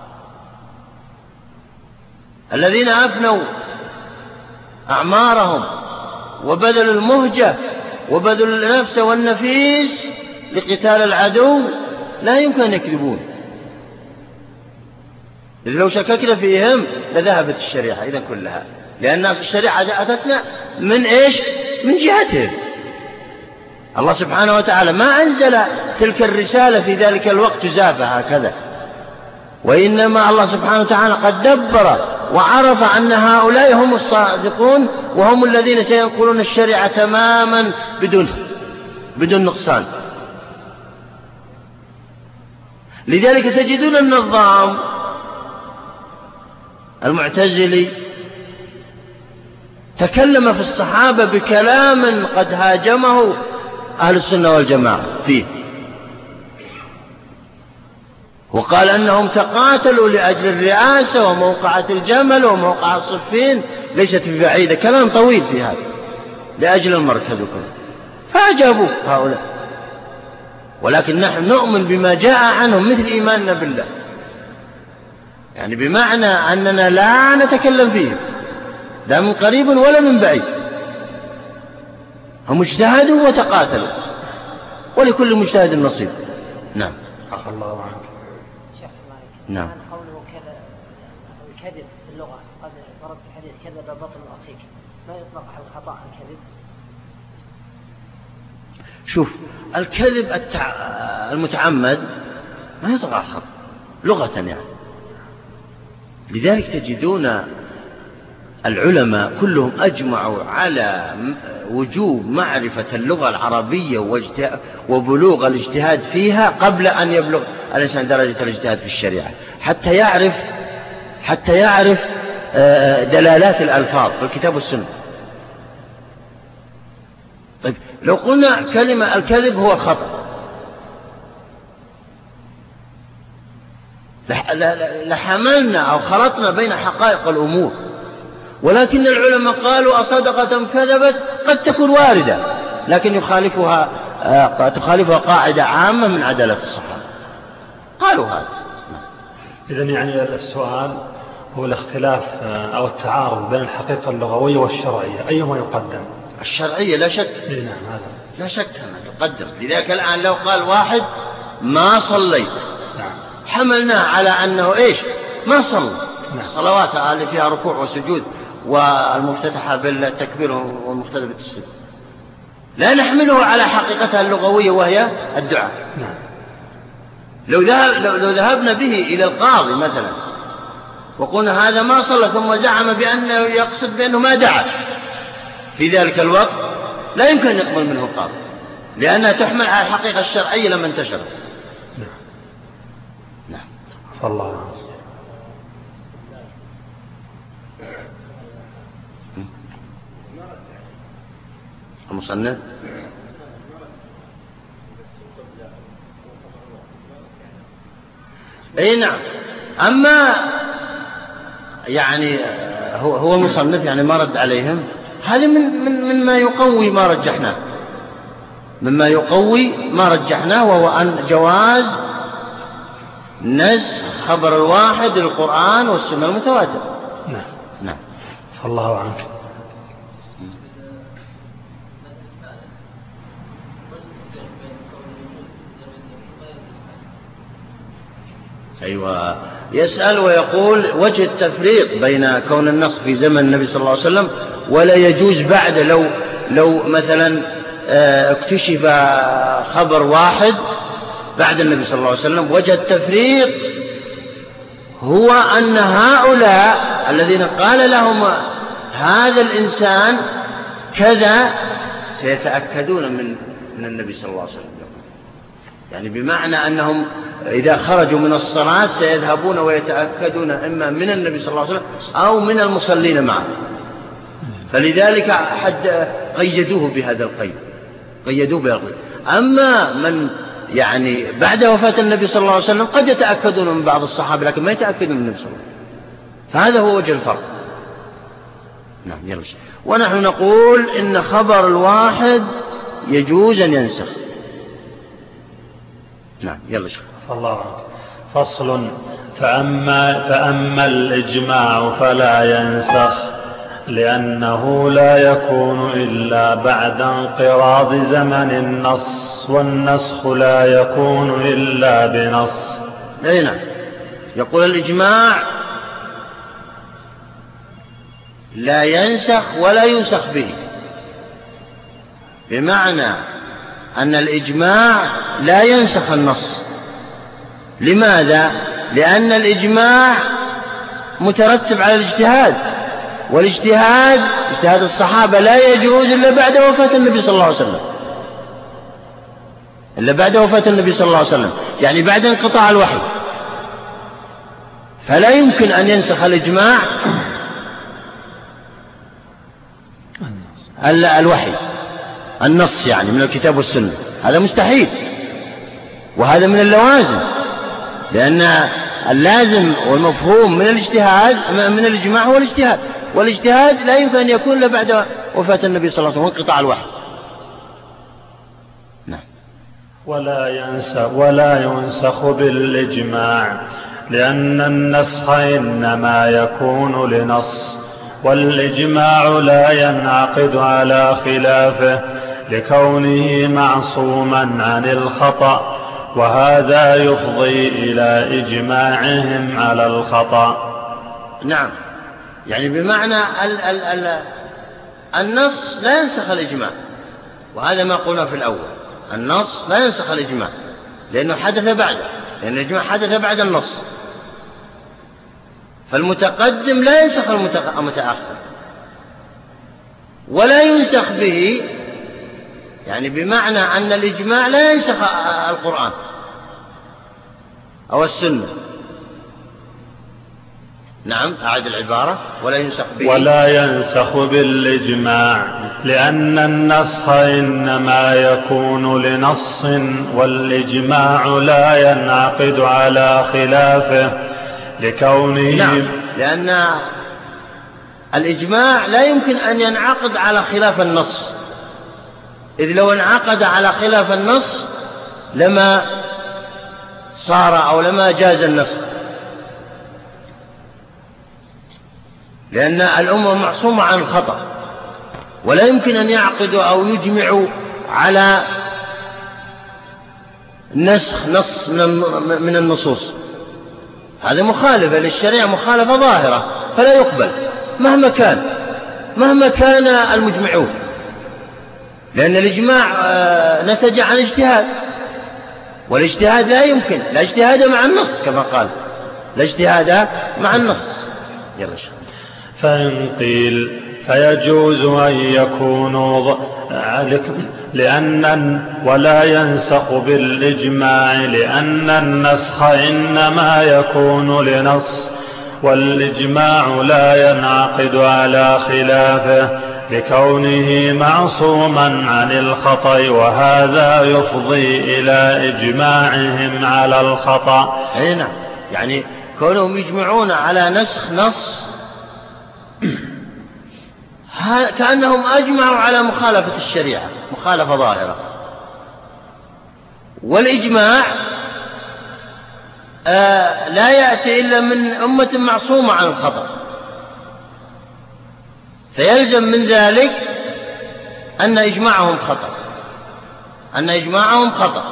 الذين أفنوا أعمارهم وبذلوا المهجة وبذلوا النفس والنفيس لقتال العدو لا يمكن أن يكذبون. لو شككنا فيهم لذهبت الشريعة إذا كلها، لأن الشريعة أتتنا من إيش؟ من جهتهم. الله سبحانه وتعالى ما أنزل تلك الرسالة في ذلك الوقت جزافة هكذا، وإنما الله سبحانه وتعالى قد دبر وعرف أن هؤلاء هم الصادقون وهم الذين سينقلون الشريعة تماما بدون نقصان. لذلك تجدون النظام المعتزلي تكلم في الصحابة بكلام قد هاجمه أهل السنة والجماعة فيه، وقال أنهم تقاتلوا لأجل الرئاسة وموقعة الجمل وموقعة صفين ليست ببعيدة، كلام طويل في هذا لأجل المركز وكذا، فأجابوا هؤلاء. ولكن نحن نؤمن بما جاء عنهم مثل إيماننا بالله، يعني بمعنى أننا لا نتكلم فيه لا من قريب ولا من بعيد، هم اجتهدوا وتقاتلوا ولكل مجتهد نصيب. نعم. عفى الله عنك. نعم. قوله كذا الكذب في اللغة قد ورد في حديث كذب بطن أخيك، ما يطلق على الخطأ الكذب؟ شوف، الكذب المتعمد ما يطلق على الخطأ لغة يعني. لذلك تجدون العلماء كلهم أجمعوا على وجوب معرفة اللغة العربية وبلوغ الاجتهاد فيها قبل أن يبلغ الإنسان درجة الاجتهاد في الشريعة، حتى يعرف دلالات الألفاظ في الكتاب والسنة. طيب لو قلنا كلمة الكذب هو الخطأ لحملنا أو خلطنا بين حقائق الأمور، ولكن العلماء قالوا أصدقة كذبت قد تكون واردة، لكن تخالفها قاعدة عامة من عدالة الصحابة، قالوا هذا. إذن يعني السؤال هو الاختلاف أو التعارض بين الحقيقة اللغوية والشرعية، أيهما يقدم؟ الشرعية لا شك. نعم هذا لا شك أنها تقدم. لذلك الآن لو قال واحد ما صليت، نعم، حملناه على أنه إيش؟ ما صلى. نعم. الصلوات اللي فيها ركوع وسجود والمفتتحة بالتكبير والمختتمة بالتسليم لا نحمله على حقيقتها اللغوية وهي الدعاء. نعم. لو ذهبنا به إلى القاضي مثلا وقلنا هذا ما صلى ثم زعم بأنه يقصد بأنه ما دعا في ذلك الوقت، لا يمكن أن يقبل منه القاضي، لأنها تحمل على الحقيقة الشرعية لما انتشرت. نعم. نعم. فالله المصنف اي نعم. اما يعني هو المصنف يعني ما رد عليهم، هذا مما يقوي ما رجحناه، مما يقوي ما رجحناه، وهو أن جواز نسخ خبر الواحد للقرآن والسنة المتواترة. نعم. نعم. فالله عنك. أيوة، يسأل ويقول وجه التفريق بين كون النص في زمن النبي صلى الله عليه وسلم ولا يجوز بعد، لو مثلا اكتشف خبر واحد بعد النبي صلى الله عليه وسلم، وجه التفريق هو أن هؤلاء الذين قال لهم هذا الإنسان كذا سيتأكدون من النبي صلى الله عليه وسلم. يعني بمعنى أنهم إذا خرجوا من الصلاة سيذهبون ويتأكدون إما من النبي صلى الله عليه وسلم أو من المصلين معه، فلذلك قيدوه بهذا القيد، قيدوه بهذا القيد. أما من يعني بعد وفاة النبي صلى الله عليه وسلم قد يتأكدون من بعض الصحابة لكن ما يتأكدون من النبي صلى الله عليه وسلم، فهذا هو وجه الفرق. نعم يلا. ونحن نقول إن خبر الواحد يجوز أن ينسخ. نعم يلا شوف. الله عنك. فصل. فأما الإجماع فلا ينسخ لأنه لا يكون إلا بعد انقراض زمن النص، والنسخ لا يكون إلا بنص. نعم. يقول الإجماع لا ينسخ ولا ينسخ به، بمعنى أن الإجماع لا ينسخ النص. لماذا؟ لأن الإجماع مترتب على الاجتهاد، والاجتهاد اجتهاد الصحابة لا يجوز إلا بعد وفاة النبي صلى الله عليه وسلم، إلا بعد وفاة النبي صلى الله عليه وسلم، يعني بعد انقطاع الوحي. فلا يمكن أن ينسخ الإجماع الوحي النص يعني من الكتاب والسنة، هذا مستحيل، وهذا من اللوازم، لأن اللازم والمفهوم من الاجتهاد من الإجماع هو الاجتهاد، والاجتهاد لا يمكن أن يكون إلا بعد وفاة النبي صلى الله عليه وسلم وانقطاع الوحي. نعم. ولا ينسخ بالإجماع لأن النسخ إنما يكون لنص، والإجماع لا ينعقد على خلافه لكونه معصوما عن الخطأ، وهذا يفضي إلى إجماعهم على الخطأ. نعم، يعني بمعنى النص لا ينسخ الإجماع، وهذا ما قلنا في الأول، النص لا ينسخ الإجماع لأنه حدث بعده، لأن الإجماع حدث بعد النص، فالمتقدم لا ينسخ المتأخر، ولا ينسخ به، يعني بمعنى أن الإجماع لا ينسخ القرآن أو السنة. نعم، أعد العبارة. ولا ينسخ به ولا ينسخ بالإجماع لأن النسخ إنما يكون لنص، والإجماع لا ينعقد على خلافه لكونه. نعم، لأن الإجماع لا يمكن أن ينعقد على خلاف النص، إذ لو انعقد على خلاف النص لما صار أو لما جاز النسخ، لأن الأمة معصومة عن الخطأ، ولا يمكن أن يعقدوا أو يجمعوا على نسخ نص من النصوص، هذا مخالفة للشريعة، مخالفة ظاهرة، فلا يقبل مهما كان المجمعون، لأن الإجماع نتج عن اجتهاد، والاجتهاد لا يمكن، لا اجتهاد مع النص كما قال، لا اجتهاد مع النص. يلا. فإن قيل فيجوز أن يكونوا ولا ينسخ بالإجماع لأن النسخ إنما يكون لنص، والإجماع لا ينعقد على خلافه لكونه معصوما عن الخطأ، وهذا يفضي إلى إجماعهم على الخطأ. نعم، يعني كونهم يجمعون على نسخ نص كأنهم أجمعوا على مخالفة الشريعة، مخالفة ظاهرة، والإجماع لا يأتي إلا من أمة معصومة عن الخطأ، فيلزم من ذلك أن إجماعهم خطأ.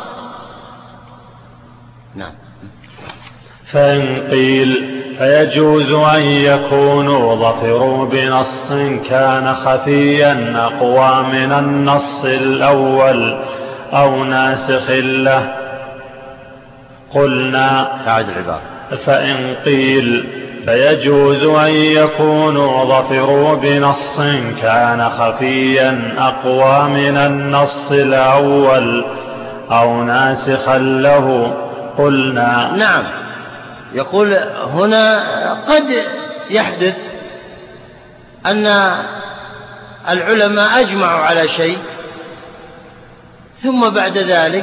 نعم. فإن قيل فيجوز أن يكونوا ظفروا بنص كان خفيا أقوى من النص الأول أو ناسخ له، قلنا. أعد العبارة. فإن قيل فيجوز أن يكونوا ظفروا بنص كان خفيا أقوى من النص الأول أو ناسخا له قلنا. نعم، يقول هنا قد يحدث أن العلماء أجمعوا على شيء ثم بعد ذلك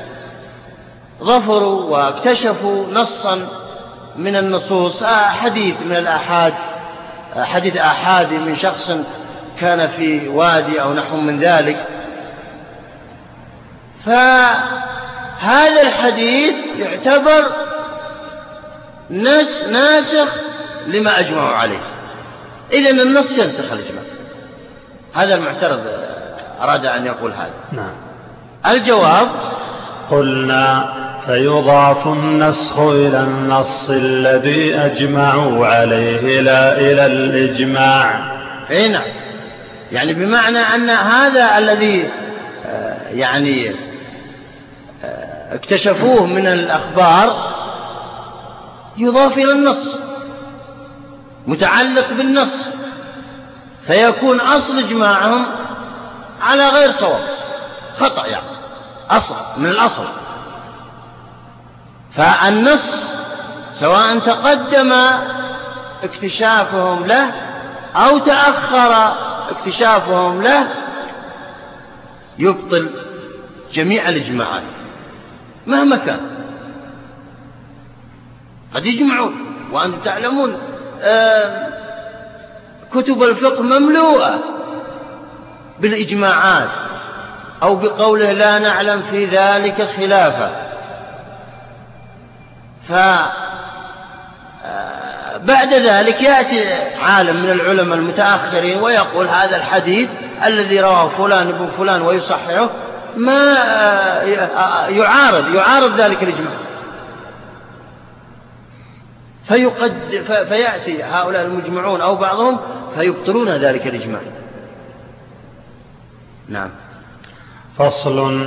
ظفروا واكتشفوا نصا من النصوص، حديث من الآحاد، حديث آحادي من شخص كان في وادي أو نحو من ذلك، فهذا الحديث يعتبر ناسخ لما أجمعوا عليه، إذن النص ينسخ الإجماع. هذا المعترض أراد أن يقول هذا. نعم. الجواب: قلنا فيضاف النسخ إلى النص الذي أجمعوا عليه لا إلى الإجماع. نعم، يعني بمعنى أن هذا الذي يعني اكتشفوه من الأخبار يضاف إلى النص، متعلق بالنص، فيكون أصل إجماعهم على غير صواب، خطأ، يعني أصل من الأصل. فالنص سواء تقدم اكتشافهم له أو تأخر اكتشافهم له يبطل جميع الإجماعات مهما كان. قد يجمعون، وأنتم تعلمون كتب الفقه مملوءة بالإجماعات أو بقوله لا نعلم في ذلك خلافا. فبعد ذلك يأتي عالم من العلماء المتأخرين ويقول هذا الحديث الذي رواه فلان ابن فلان ويصححه ما يعارض ذلك الإجماع، فيأتي هؤلاء المجمعون أو بعضهم فيبطلون ذلك الإجماع. نعم. فصل: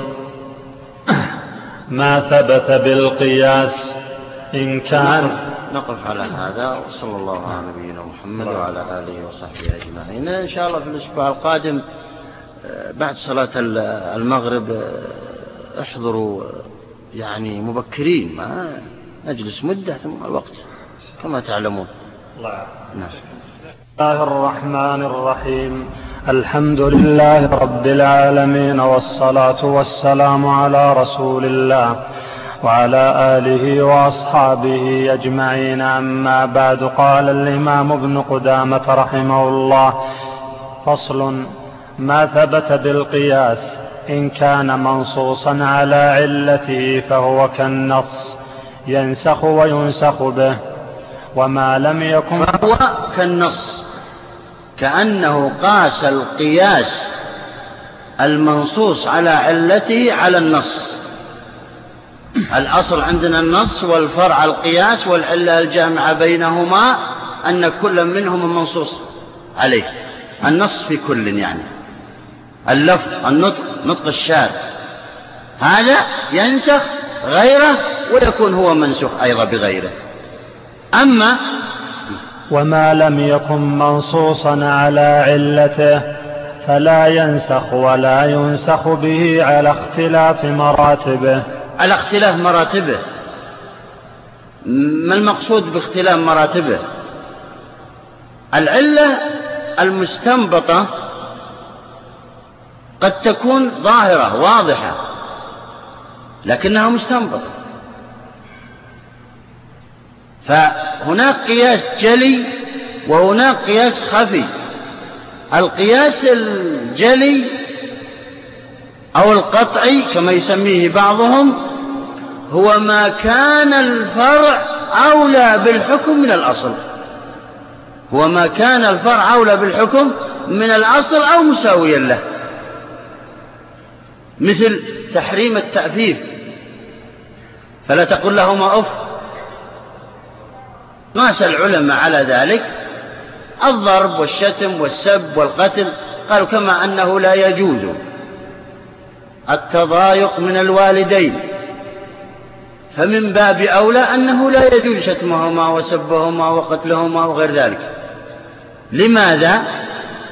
ما ثبت بالقياس إن كان. نقف على هذا، وصلى الله على نبينا محمد وعلى آله وصحبه أجمعين. إن شاء الله في الأسبوع القادم بعد صلاة المغرب احضروا يعني مبكرين، ما نجلس مدة ثم الوقت كما تعلمون. نعم. بسم الله الرحمن الرحيم. الحمد لله رب العالمين، والصلاة والسلام على رسول الله وعلى آله وأصحابه أجمعين. أما بعد، قال الإمام ابن قدامة رحمه الله: فصل: ما ثبت بالقياس إن كان منصوصا على علته فهو كالنص ينسخ وينسخ به، وما لم يكن فهو كالنص، كأنه قاس القياس المنصوص على علته على النص. الأصل عندنا النص، والفرع القياس، والعلة الجامعة بينهما أن كل منهم منصوص عليه. النص في كل، يعني اللفظ، النطق، نطق الشارع، هذا ينسخ غيره ويكون هو منسوخ أيضا بغيره. أما وما لم يكن منصوصا على علته فلا ينسخ ولا ينسخ به على اختلاف مراتبه. على اختلاف مراتبه. ما المقصود باختلاف مراتبه؟ العلة المستنبطة قد تكون ظاهرة واضحة لكنها مستنبطة، فهناك قياس جلي وهناك قياس خفي. القياس الجلي أو القطعي كما يسميه بعضهم هو ما كان الفرع أولى بالحكم من الأصل، هو ما كان الفرع أولى بالحكم من الأصل أو مساويا له، مثل تحريم التأفيف، فلا تقل لهما أف. قاس العلماء على ذلك الضرب والشتم والسب والقتل، قالوا كما أنه لا يجوز التضايق من الوالدين فمن باب أولى أنه لا يجوز شتمهما وسبهما وقتلهما وغير ذلك. لماذا؟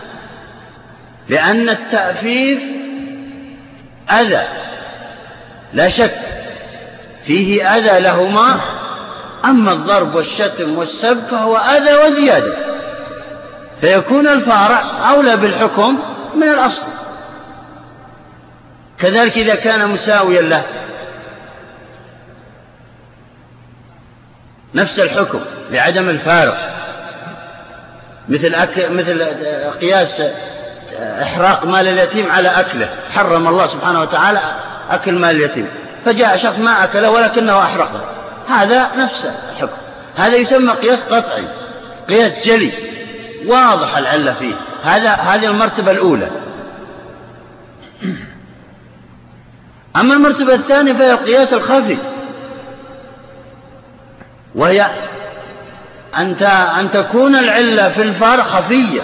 لأن التأفيف أذى لا شك فيه أذى لهما، أما الضرب والشتم والسب فهو أذى وزيادة، فيكون الفارع أولى بالحكم من الأصل. كذلك إذا كان مساويا له نفس الحكم لعدم الفارق، مثل قياس إحراق مال اليتيم على أكله، حرم الله سبحانه وتعالى أكل مال اليتيم، فجاء شخص ما أكله ولكنه أحرقه، هذا نفس الحكم، هذا يسمى قياس قطعي، قياس جلي واضح العلة فيه، هذه المرتبة الأولى. أما المرتبة الثانية فهي القياس الخفي، وهي أن تكون العلة في الفرع خفية،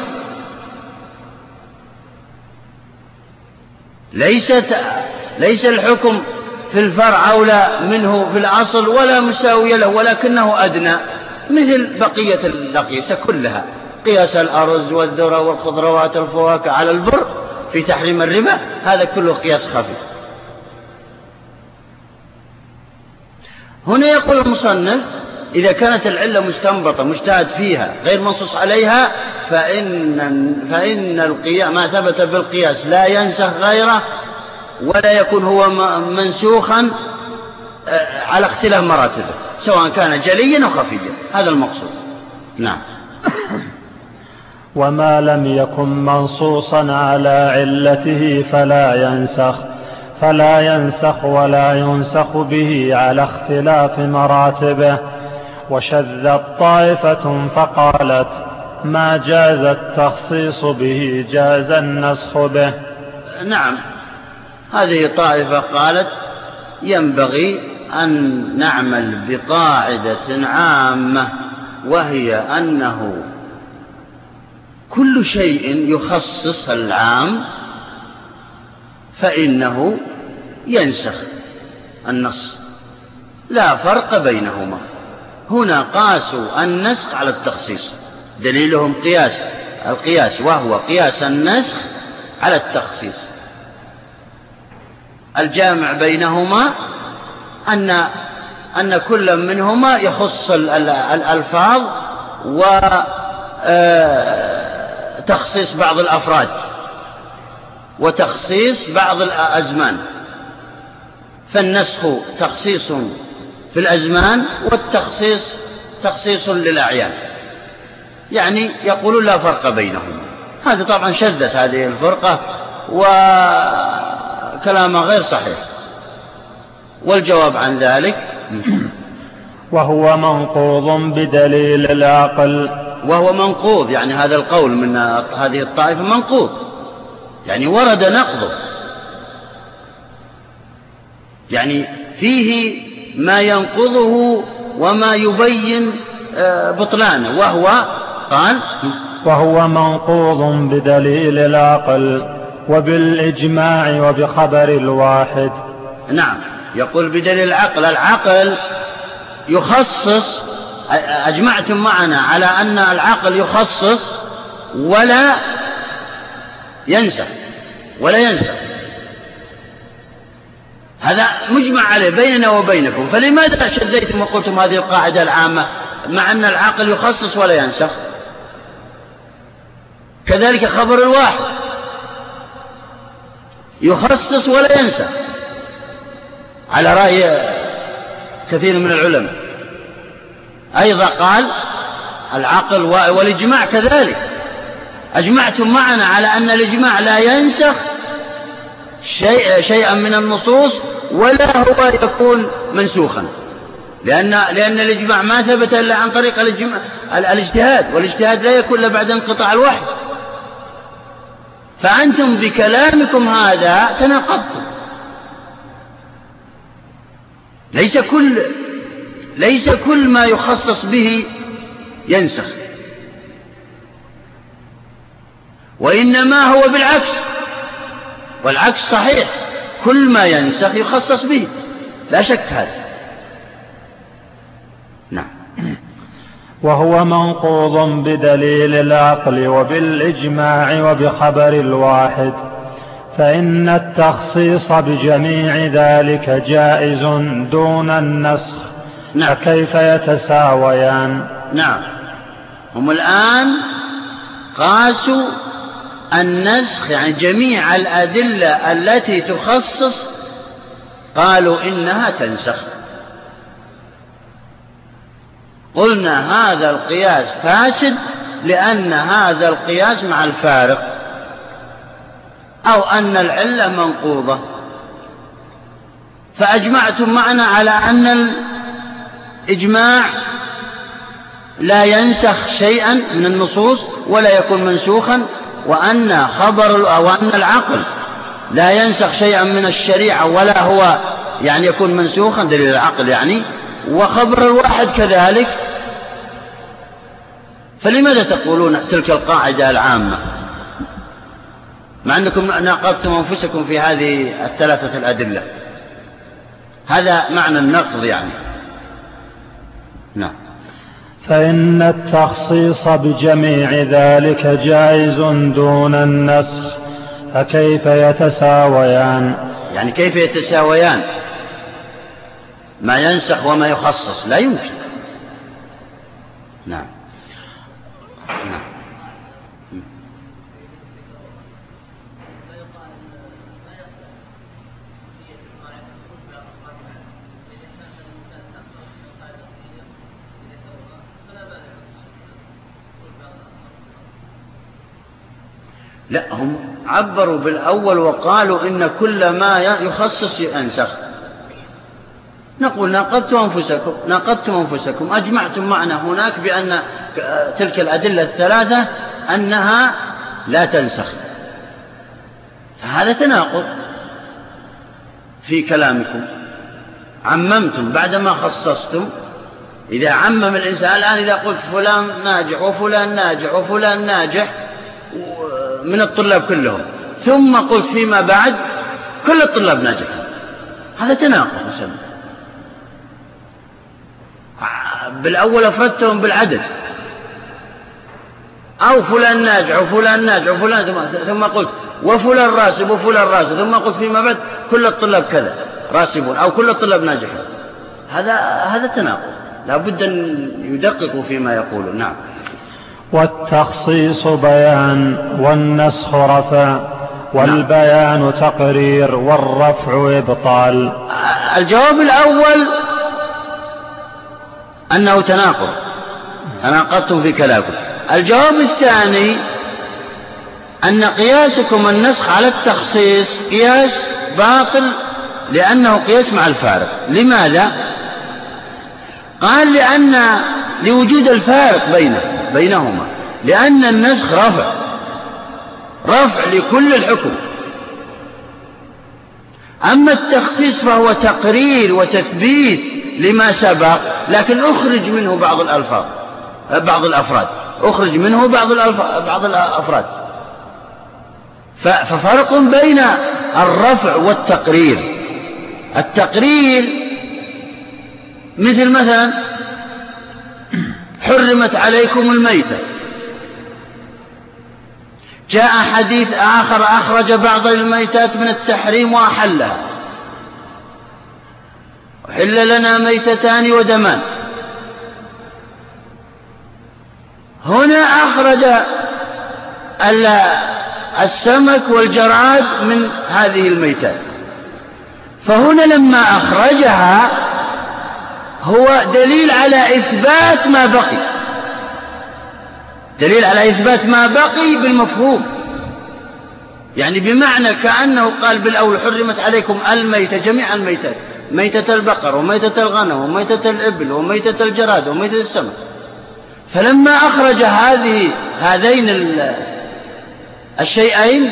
ليس الحكم في الفرع أولى منه في الأصل ولا مساوي له، ولكنه أدنى، مثل بقية الأقيسة كلها، قياس الأرز والذرة والخضروات والفواكه على البر في تحريم الربا، هذا كله قياس خفي. هنا يقول المصنف: إذا كانت العلة مستنبطة مجتهد فيها غير منصوص عليها فإن القياس ما ثبت بالقياس لا ينسخ غيره ولا يكون هو منسوخا على اختلاف مراتبه، سواء كان جليا أو خفيا، هذا المقصود. نعم. وما لم يكن منصوصا على علته فلا ينسخ ولا ينسخ به على اختلاف مراتبه. وشذت طائفة فقالت: ما جاز التخصيص به جاز النسخ به. نعم، هذه طائفة قالت: ينبغي أن نعمل بقاعدة عامة، وهي أنه كل شيء يخصص العام فإنه ينسخ النص، لا فرق بينهما. هنا قاسوا النسخ على التخصيص، دليلهم القياس وهو قياس النسخ على التخصيص. الجامع بينهما أن كل منهما يخص الألفاظ وتخصيص بعض الأفراد وتخصيص بعض الأزمان، فالنسخ تخصيص في الأزمان والتخصيص تخصيص للأعيان، يعني يقولون لا فرق بينهما. هذا طبعا شذت هذه الفرقة وكلامها غير صحيح، والجواب عن ذلك وهو منقوض بدليل العقل. وهو منقوض يعني هذا القول من هذه الطائفة منقوض، يعني ورد نقضه، يعني فيه ما ينقضه وما يبين بطلانه، وهو منقوض بدليل العقل وبالإجماع وبخبر الواحد. نعم، يقول بدليل العقل يخصص، أجمعتم معنا على أن العقل يخصص ولا ينسى، هذا مجمع عليه بيننا وبينكم، فلماذا شديتم وقلتم هذه القاعدة العامة مع أن العقل يخصص ولا ينسى؟ كذلك خبر الواحد يخصص ولا ينسى على رأي كثير من العلماء. أيضا قال العقل والإجماع كذلك، أجمعتم معنا على أن الإجماع لا ينسخ شيئا من النصوص ولا هو يكون منسوخا، لأن الإجماع ما ثبت إلا عن طريق الاجتهاد، والاجتهاد لا يكون إلا بعد انقطاع الوحي. فأنتم بكلامكم هذا تناقضتم، ليس كل ما يخصص به ينسخ، وإنما هو بالعكس، والعكس صحيح، كل ما ينسخ يخصص به، لا شك هذا. نعم. وهو منقوض بدليل العقل وبالإجماع وبخبر الواحد، فإن التخصيص بجميع ذلك جائز دون النسخ. نعم. فكيف يتساويان؟ نعم، هم الآن قاسوا النسخ، يعني جميع الأدلة التي تخصص قالوا إنها تنسخ. قلنا هذا القياس فاسد لأن هذا القياس مع الفارق، أو أن العلة منقوضة. فأجمعتم معنا على أن الإجماع لا ينسخ شيئا من النصوص ولا يكون منسوخا، وأن العقل لا ينسخ شيئا من الشريعة ولا هو يعني يكون منسوخا، دليل العقل يعني، وخبر الواحد كذلك. فلماذا تقولون تلك القاعدة العامة مع أنكم ناقضتم أنفسكم في هذه الثلاثة الأدلة؟ هذا معنى النقض يعني. نعم. فإن التخصيص بجميع ذلك جائز دون النسخ. فكيف يتساويان؟ يعني كيف يتساويان؟ ما ينسخ وما يخصص لا يمكن. نعم. نعم. لا، هم عبروا بالأول وقالوا إن كل ما يخصص ينسخ. نقول ناقضتم أنفسكم، أجمعتم معنا هناك بأن تلك الأدلة الثلاثة أنها لا تنسخ، فهذا تناقض في كلامكم. عممتم بعدما خصصتم. إذا عمم الإنسان الآن، إذا قلت فلان ناجح وفلان ناجح وفلان ناجح من الطلاب كلهم، ثم قلت فيما بعد كل الطلاب ناجحين، هذا تناقض يسمى. بالأول أفردتهم بالعدد، أو فلان ناجح وفلان ناجح وفلان، ثم قلت وفلان راسب وفلان راسب، ثم قلت فيما بعد كل الطلاب كذا راسبون أو كل الطلاب ناجحون. هذا تناقض، لا بد أن يدققوا فيما يقولون. نعم. والتخصيص بيان والنسخ رفع والبيان تقرير والرفع إبطال. الجواب الأول أنه تناقض، تناقضتم في كلامكم. الجواب الثاني أن قياسكم النسخ على التخصيص قياس باطل لأنه قياس مع الفارق. لماذا؟ قال لأن لوجود الفارق بينهما، لأن النسخ رفع لكل الحكم، أما التخصيص فهو تقرير وتثبيت لما سبق، لكن أخرج منه بعض الأفراد، أخرج منه بعض الأفراد. ففرق بين الرفع والتقرير. التقرير مثلا حرمت عليكم الميتة، جاء حديث آخر أخرج بعض الميتات من التحريم وأحلها، أحل لنا ميتتان ودمان. هنا أخرج السمك والجراد من هذه الميتات، فهنا لما أخرجها هو دليل على إثبات ما بقي، دليل على إثبات ما بقي بالمفهوم، يعني بمعنى كأنه قال بالأول حرمت عليكم الميتة، جميع الميتات، ميتة البقر وميتة الغنم وميتة الإبل وميتة الجراد وميتة السمك. فلما أخرج هذين الشيئين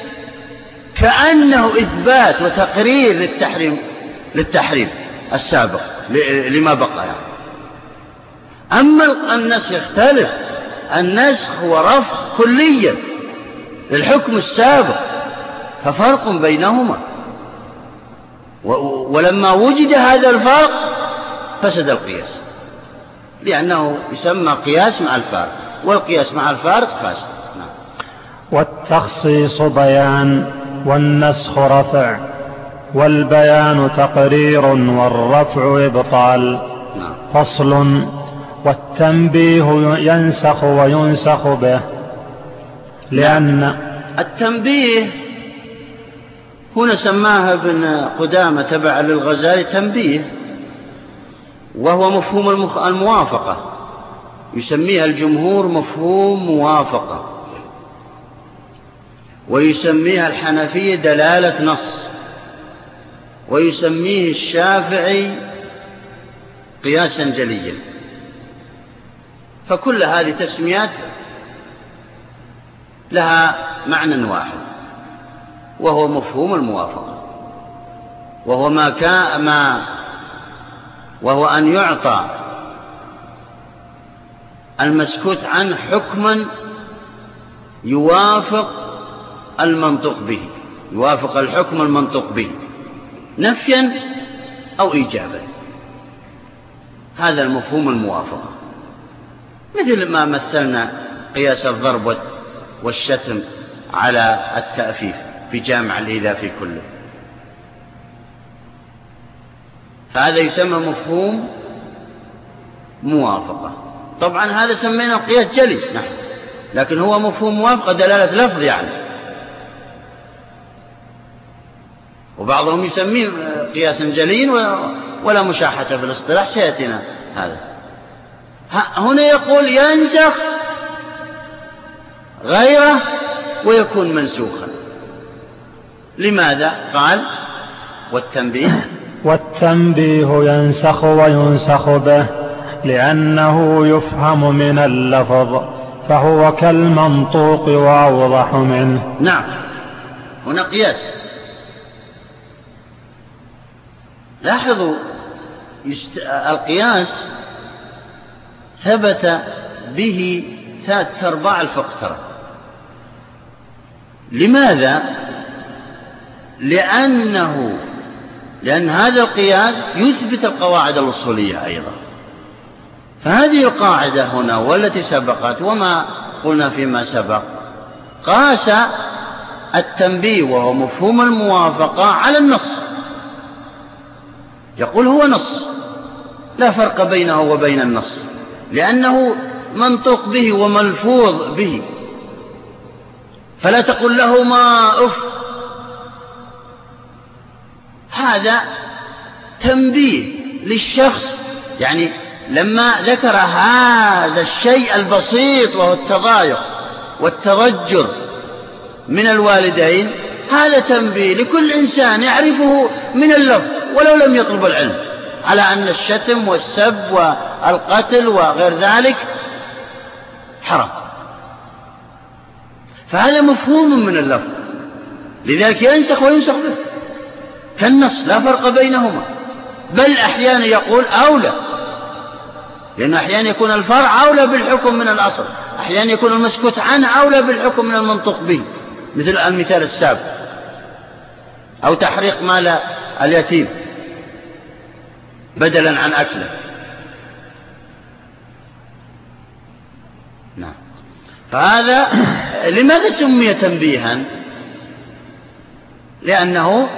كأنه إثبات وتقرير للتحريم السابق لما بقى يعني. أما النسخ يختلف، النسخ هو رفع كليا للحكم السابق، ففرق بينهما، ولما وجد هذا الفرق فسد القياس، لأنه يسمى قياس مع الفارق، والقياس مع الفارق فاسد. والتخصيص بيان والنسخ رفع والبيان تقرير والرفع إبطال. فصل. والتنبيه ينسخ وينسخ به لأن التنبيه هنا سماها ابن قدامة تبع للغزالي تنبيه، وهو مفهوم الموافقة، يسميها الجمهور مفهوم موافقة، ويسميها الحنفية دلالة نص، ويسميه الشافعي قياسا جليا. فكل هذه تسميات لها معنى واحد، وهو مفهوم الموافقة، وهو أن يعطى المسكوت عنه حكما يوافق المنطق به، يوافق الحكم المنطق به نفيا أو إيجابا. هذا المفهوم الموافقة، مثل ما مثلنا قياس الضرب والشتم على التأفيف في جامع الإيذاء كله، فهذا يسمى مفهوم موافقة. طبعا هذا سمينا قياس جلي نحن، لكن هو مفهوم موافقة دلالة لفظ يعني، وبعضهم يسميه قياسا جليا ولا مشاحة في الاصطلاح، سيأتينا هذا. هنا يقول ينسخ غيره ويكون منسوخا. لماذا؟ قال والتنبيه ينسخ وينسخ به لأنه يفهم من اللفظ فهو كالمنطوق وأوضح منه. نعم، هنا قياس. لاحظوا القياس ثبت به 3/4 الفقه ترى. لماذا؟ لأن هذا القياس يثبت القواعد الأصولية أيضا. فهذه القاعدة هنا والتي سبقت وما قلنا فيما سبق، قاس التنبيه وهو مفهوم الموافقة على النص، يقول هو نص لا فرق بينه وبين النص، لأنه منطق به وملفوظ به، فلا تقل له ما أف. هذا تنبيه للشخص، يعني لما ذكر هذا الشيء البسيط وهو التضايق والتضجر من الوالدين، هذا تنبيه لكل إنسان يعرفه من اللفظ ولو لم يطلب العلم، على أن الشتم والسب والقتل وغير ذلك حرام. فهذا مفهوم من اللفظ، لذلك ينسخ وينسخ به كالنص، لا فرق بينهما. بل أحيانا يقول أولى، لأن أحيانا يكون الفرع أولى بالحكم من الأصل، أحيانا يكون المسكوت عنه أولى بالحكم من المنطق به، مثل المثال السابق، أو تحريق مال اليتيم بدلا عن أكله. نعم. فهذا لماذا سمي تنبيها؟ لأنه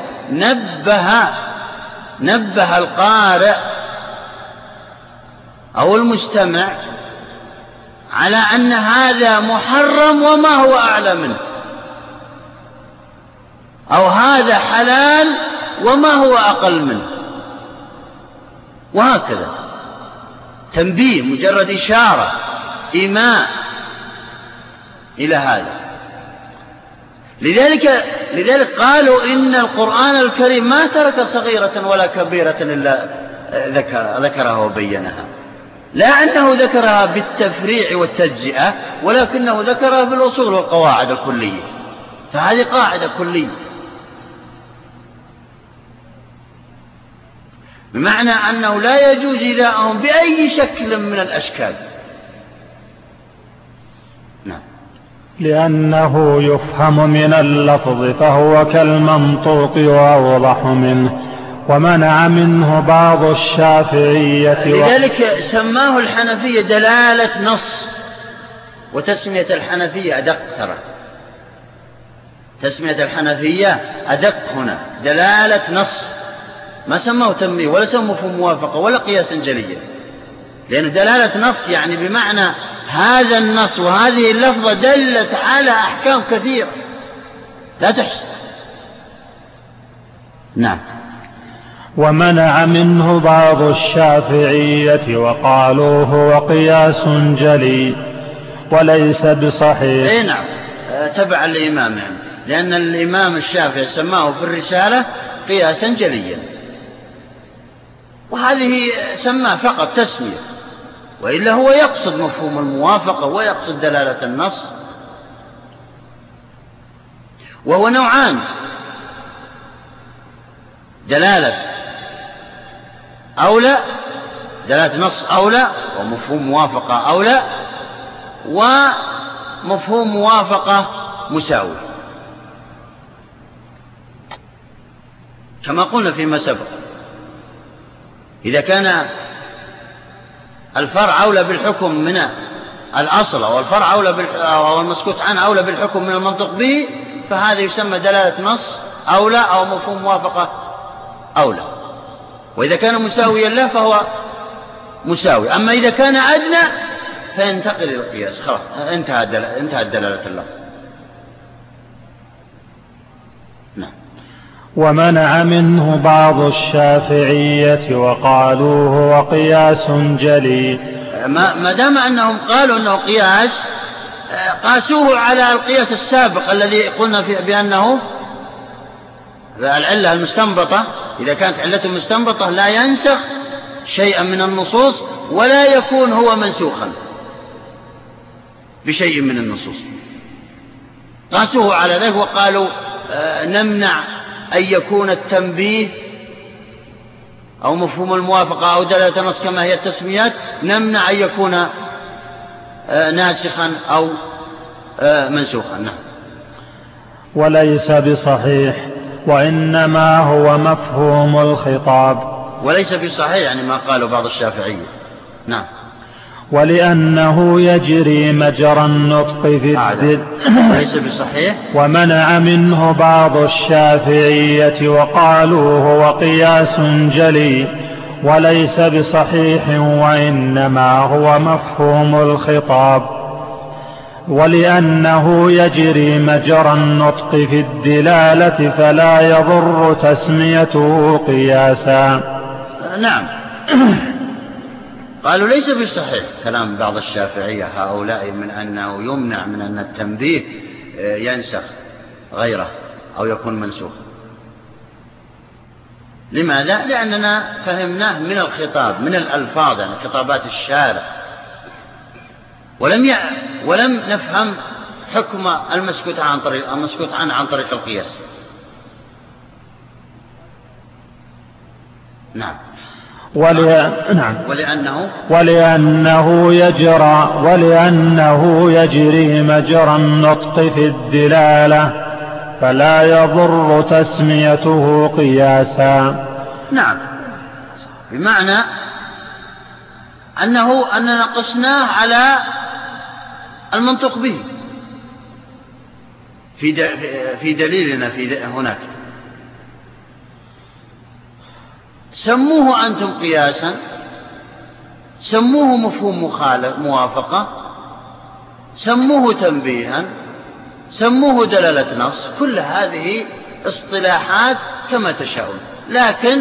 نبه القارئ أو المستمع على أن هذا محرم وما هو أعلى منه، أو هذا حلال وما هو أقل منه، وهكذا. تنبيه مجرد إشارة، إيماء إلى هذا. لذلك قالوا إن القرآن الكريم ما ترك صغيرة ولا كبيرة إلا ذكرها وبينها، لا أنه ذكرها بالتفريع والتجزئة، ولكنه ذكرها بالأصول والقواعد الكلية. فهذه قاعدة كلية، بمعنى أنه لا يجوز إيذاءهم بأي شكل من الأشكال. نعم. لأنه يفهم من اللفظ فهو كالمنطوق وأوضح منه، ومنع منه بعض الشافعية. لذلك سماه الحنفية دلالة نص، وتسمية الحنفية أدق ترى، تسمية الحنفية أدق هنا، دلالة نص، ما سموه تنبيه ولا سموه مفهوم موافقة ولا قياسا جليا، لأن دلالة نص يعني بمعنى هذا النص وهذه اللفظة دلت على أحكام كثيرة لا تحصى. نعم. ومنع منه بعض الشافعية وقالوا هو قياس جلي وليس بصحيح. اي نعم، تبع الإمام يعني، لأن الإمام الشافعي سماه في الرسالة قياسا جليا، وهذه سماه فقط تسمية، وإلا هو يقصد مفهوم الموافقة ويقصد دلالة النص، وهو نوعان: دلالة أولى، دلالة نص أولى، ومفهوم موافقة أولى، ومفهوم موافقة مساوي، كما قلنا فيما سبق. إذا كان الفرع أولى بالحكم من الأصل، أو الفرع أولى أو المسكوت عنه أولى بالحكم من المنطق به، فهذا يسمى دلالة نص أولى أو مفهوم موافقة أولى. وإذا كان مساويا له فهو مساوي. أما إذا كان أدنى فينتقل إلى القياس، خلاص انتهت دلالة الله. نعم. ومنع منه بعض الشافعية وقالوا هو قياس جلي. ما دام أنهم قالوا أنه قياس، قاسوه على القياس السابق الذي قلنا بأنه العلة المستنبطة، إذا كانت علته مستنبطة لا ينسخ شيئا من النصوص ولا يكون هو منسوخا بشيء من النصوص. قاسوه على ذلك وقالوا نمنع أن يكون التنبيه أو مفهوم الموافقة أو دلالة النص كما هي التسميات، نمنع أن يكون ناسخا أو منسوخا. نعم. وليس بصحيح، وإنما هو مفهوم الخطاب. وليس بصحيح يعني ما قاله بعض الشافعية. نعم. ولأنه يجري مجرى النطق في وليس بصحيح. ومنع منه بعض الشافعية وقالوا هو قياس جلي وليس بصحيح، وإنما هو مفهوم الخطاب. ولأنه يجري مجرى النطق في الدلالة فلا يضر تسميته قياسا. نعم. قالوا ليس بصحيح كلام بعض الشافعية هؤلاء من أنه يمنع من أن التنبيه ينسخ غيره أو يكون منسوخ. لماذا؟ لأننا فهمناه من الخطاب، من الألفاظ، يعني خطابات الشارع، ولم نفهم حكم المسكوت عنه عن طريق القياس. نعم. ولأنه يجري مجرى النطق في الدلالة فلا يضر تسميته قياسا. نعم. بمعنى أننا قسناه على المنطق به في دليلنا هناك. سموه أنتم قياسا، سموه مفهوم موافقة، سموه تنبيها، سموه دلالة نص، كل هذه اصطلاحات كما تشاءون، لكن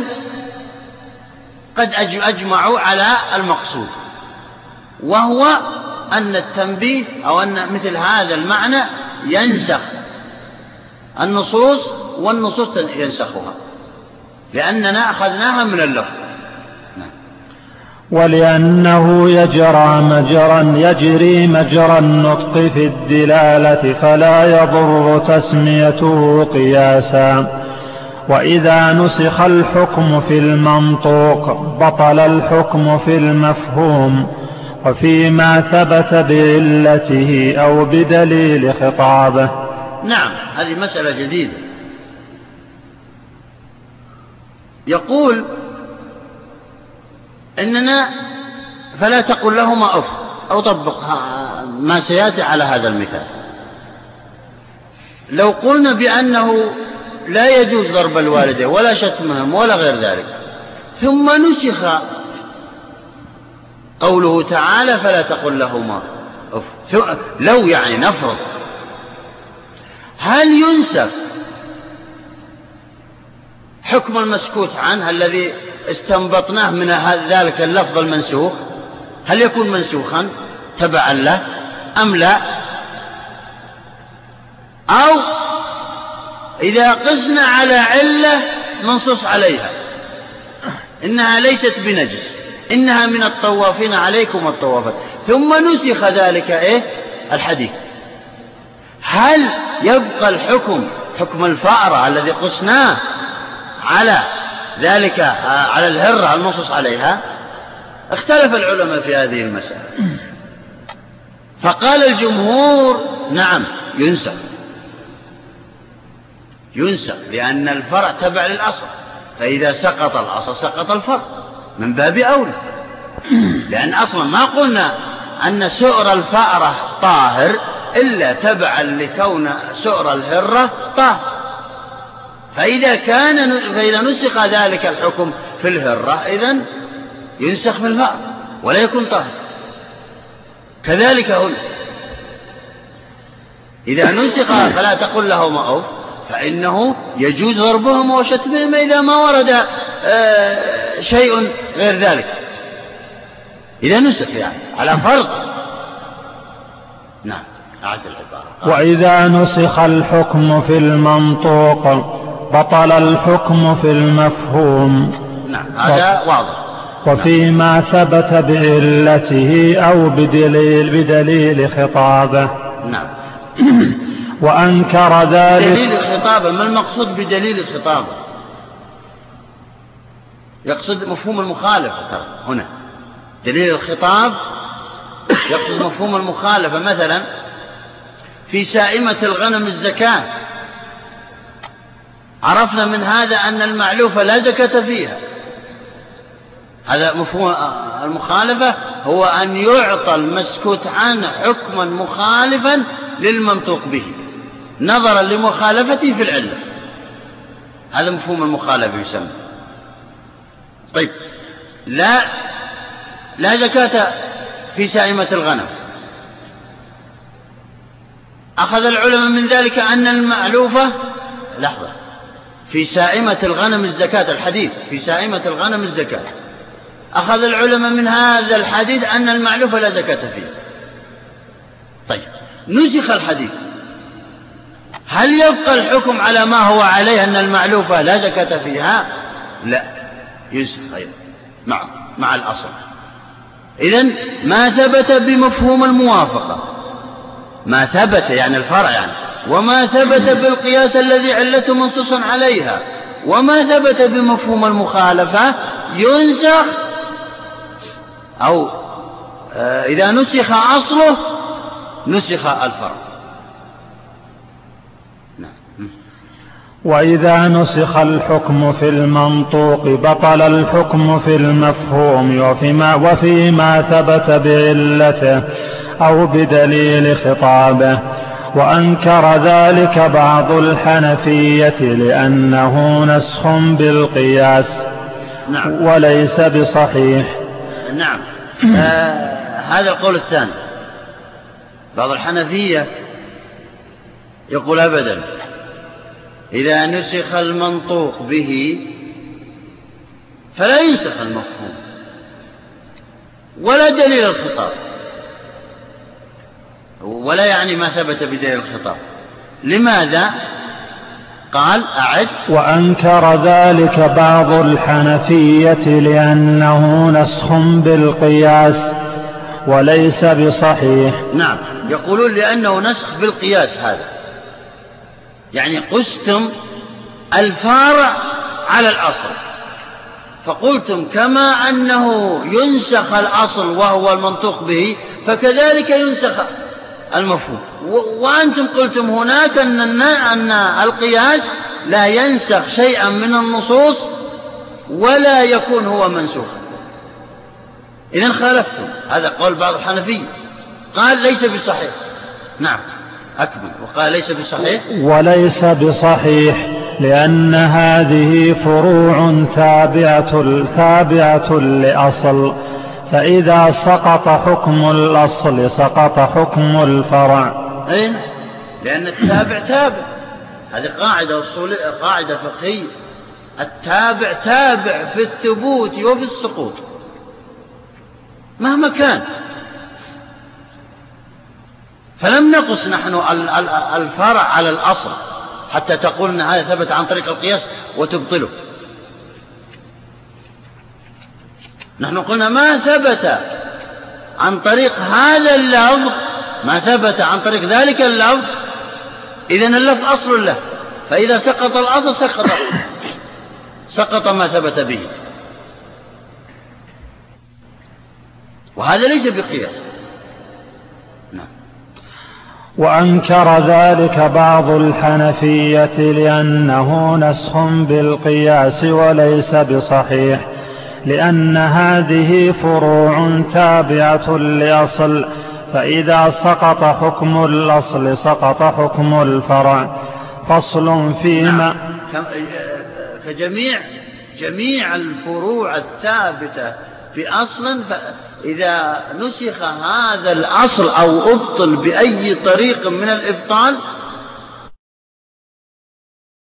قد أجمعوا على المقصود، وهو أن التنبيه أو أن مثل هذا المعنى ينسخ النصوص والنصوص ينسخها، لأننا أخذناها من اللفظ. ولأنه يجري مجرى النطق في الدلالة فلا يضر تسميته قياسا. وإذا نسخ الحكم في المنطوق بطل الحكم في المفهوم وفيما ثبت بعلته أو بدليل خطابه. نعم، هذه مسألة جديدة. يقول إننا فلا تقل لهما أف، أو طبق ما سيأتي على هذا المثال. لو قلنا بأنه لا يجوز ضرب الوالدين ولا شتمهم ولا غير ذلك، ثم نسخ قوله تعالى فلا تقل لهما أف، لو يعني نفرض، هل ينسخ حكم المسكوت عنه الذي استنبطناه من ذلك اللفظ المنسوخ؟ هل يكون منسوخا تبعا له أم لا؟ أو إذا قسنا على علة منصوص عليها إنها ليست بنجس، إنها من الطوافين عليكم الطوافات، ثم نسخ ذلك الحديث، هل يبقى الحكم حكم الفأرة الذي قسناه على ذلك على الهرة المنصوص عليها؟ اختلف العلماء في هذه المسألة، فقال الجمهور نعم ينسخ لأن الفرع تبع للأصل، فإذا سقط الأصل سقط الفرع من باب أولى، لأن أصلا ما قلنا أن سؤر الفأرة طاهر إلا تبعا لكون سؤر الهرة طاهر، فإذا نسخ ذلك الحكم في الهرة إذن ينسخ في الفأرة ولا يكون طاهر. كذلك هنا إذا نسخ فلا تقل لهما أوف فإنه يجوز ضربهم وشتمهم إذا ما ورد شيء غير ذلك، إذا نسخ يعني على فرض. نعم أعد العبارة. وإذا نسخ الحكم في المنطوق بطل الحكم في المفهوم. نعم هذا واضح. وفيما ثبت بعلته أو بدليل خطابه. نعم. وأنكر ذلك. دليل خطابه، ما المقصود بدليل خطابه؟ يقصد مفهوم المخالفة هنا. دليل الخطاب يقصد مفهوم المخالفة، مثلا في سائمة الغنم الزكاة، عرفنا من هذا أن المعلوفة لا زكاة فيها، هذا مفهوم المخالفة، هو أن يعطى المسكوت عنه حكما مخالفا للمنطوق به نظرا لمخالفته في العلة، هذا مفهوم المخالفة يسمى. طيب لا زكاة في سائمة الغنم، أخذ العلماء من ذلك أن المعلوفة في سائمة الغنم الزكاة، الحديث في سائمة الغنم الزكاة، أخذ العلماء من هذا الحديث أن المعلوفة لا زكاة فيه. طيب نسخ الحديث، هل يبقى الحكم على ما هو عليه أن المعلوفة لا زكاة فيها؟ لا، ينسخ أيضا مع الأصل. إذن ما ثبت بمفهوم الموافقة، ما ثبت يعني الفرع يعني، وما ثبت بالقياس الذي علته منصوصا عليها، وما ثبت بمفهوم المخالفة ينسخ، أو إذا نسخ أصله نسخ الفرع. وإذا نسخ الحكم في المنطوق بطل الحكم في المفهوم وفيما ثبت بعلته أو بدليل خطابه. وأنكر ذلك بعض الحنفية لأنه نسخ بالقياس. نعم. وليس بصحيح. نعم. هذا القول الثاني. بعض الحنفية يقول أبدا، إذا نسخ المنطوق به فلا ينسخ المفهوم ولا دليل الخطاب، ولا يعني ما ثبت بدليل الخطاب. لماذا؟ قال أعد. وأنكر ذلك بعض الحنفية لأنه نسخ بالقياس وليس بصحيح. نعم، يقولون لأنه نسخ بالقياس، هذا يعني قستم الفارع على الأصل، فقلتم كما أنه ينسخ الأصل وهو المنطوق به فكذلك ينسخ المفهوم، وأنتم قلتم هناك أن القياس لا ينسخ شيئا من النصوص ولا يكون هو منسوخا، إذن خالفتم. هذا قول بعض الحنفية، قال ليس بصحيح. نعم أكمل. وقال ليس بصحيح، وليس بصحيح لأن هذه فروع تابعة لأصل، فإذا سقط حكم الأصل سقط حكم الفرع. أين؟ لأن التابع تابع، هذه قاعدة أصولية، قاعدة فقهية، التابع تابع في الثبوت وفي السقوط مهما كان. فلم نقص نحن الفرع على الأصل حتى تقول أن هذا ثبت عن طريق القياس وتبطله. نحن قلنا ما ثبت عن طريق هذا اللفظ، ما ثبت عن طريق ذلك اللفظ، إذن اللفظ أصل له، فإذا سقط الأصل سقط ما ثبت به، وهذا ليس بقياس. نعم. وأنكر ذلك بعض الحنفية لأنه نسخ بالقياس وليس بصحيح، لأن هذه فروع تابعة لأصل، فإذا سقط حكم الأصل سقط حكم الفرع. فصل فيما جميع الفروع الثابتة في أصل، فإذا نسخ هذا الأصل أو أبطل بأي طريق من الإبطال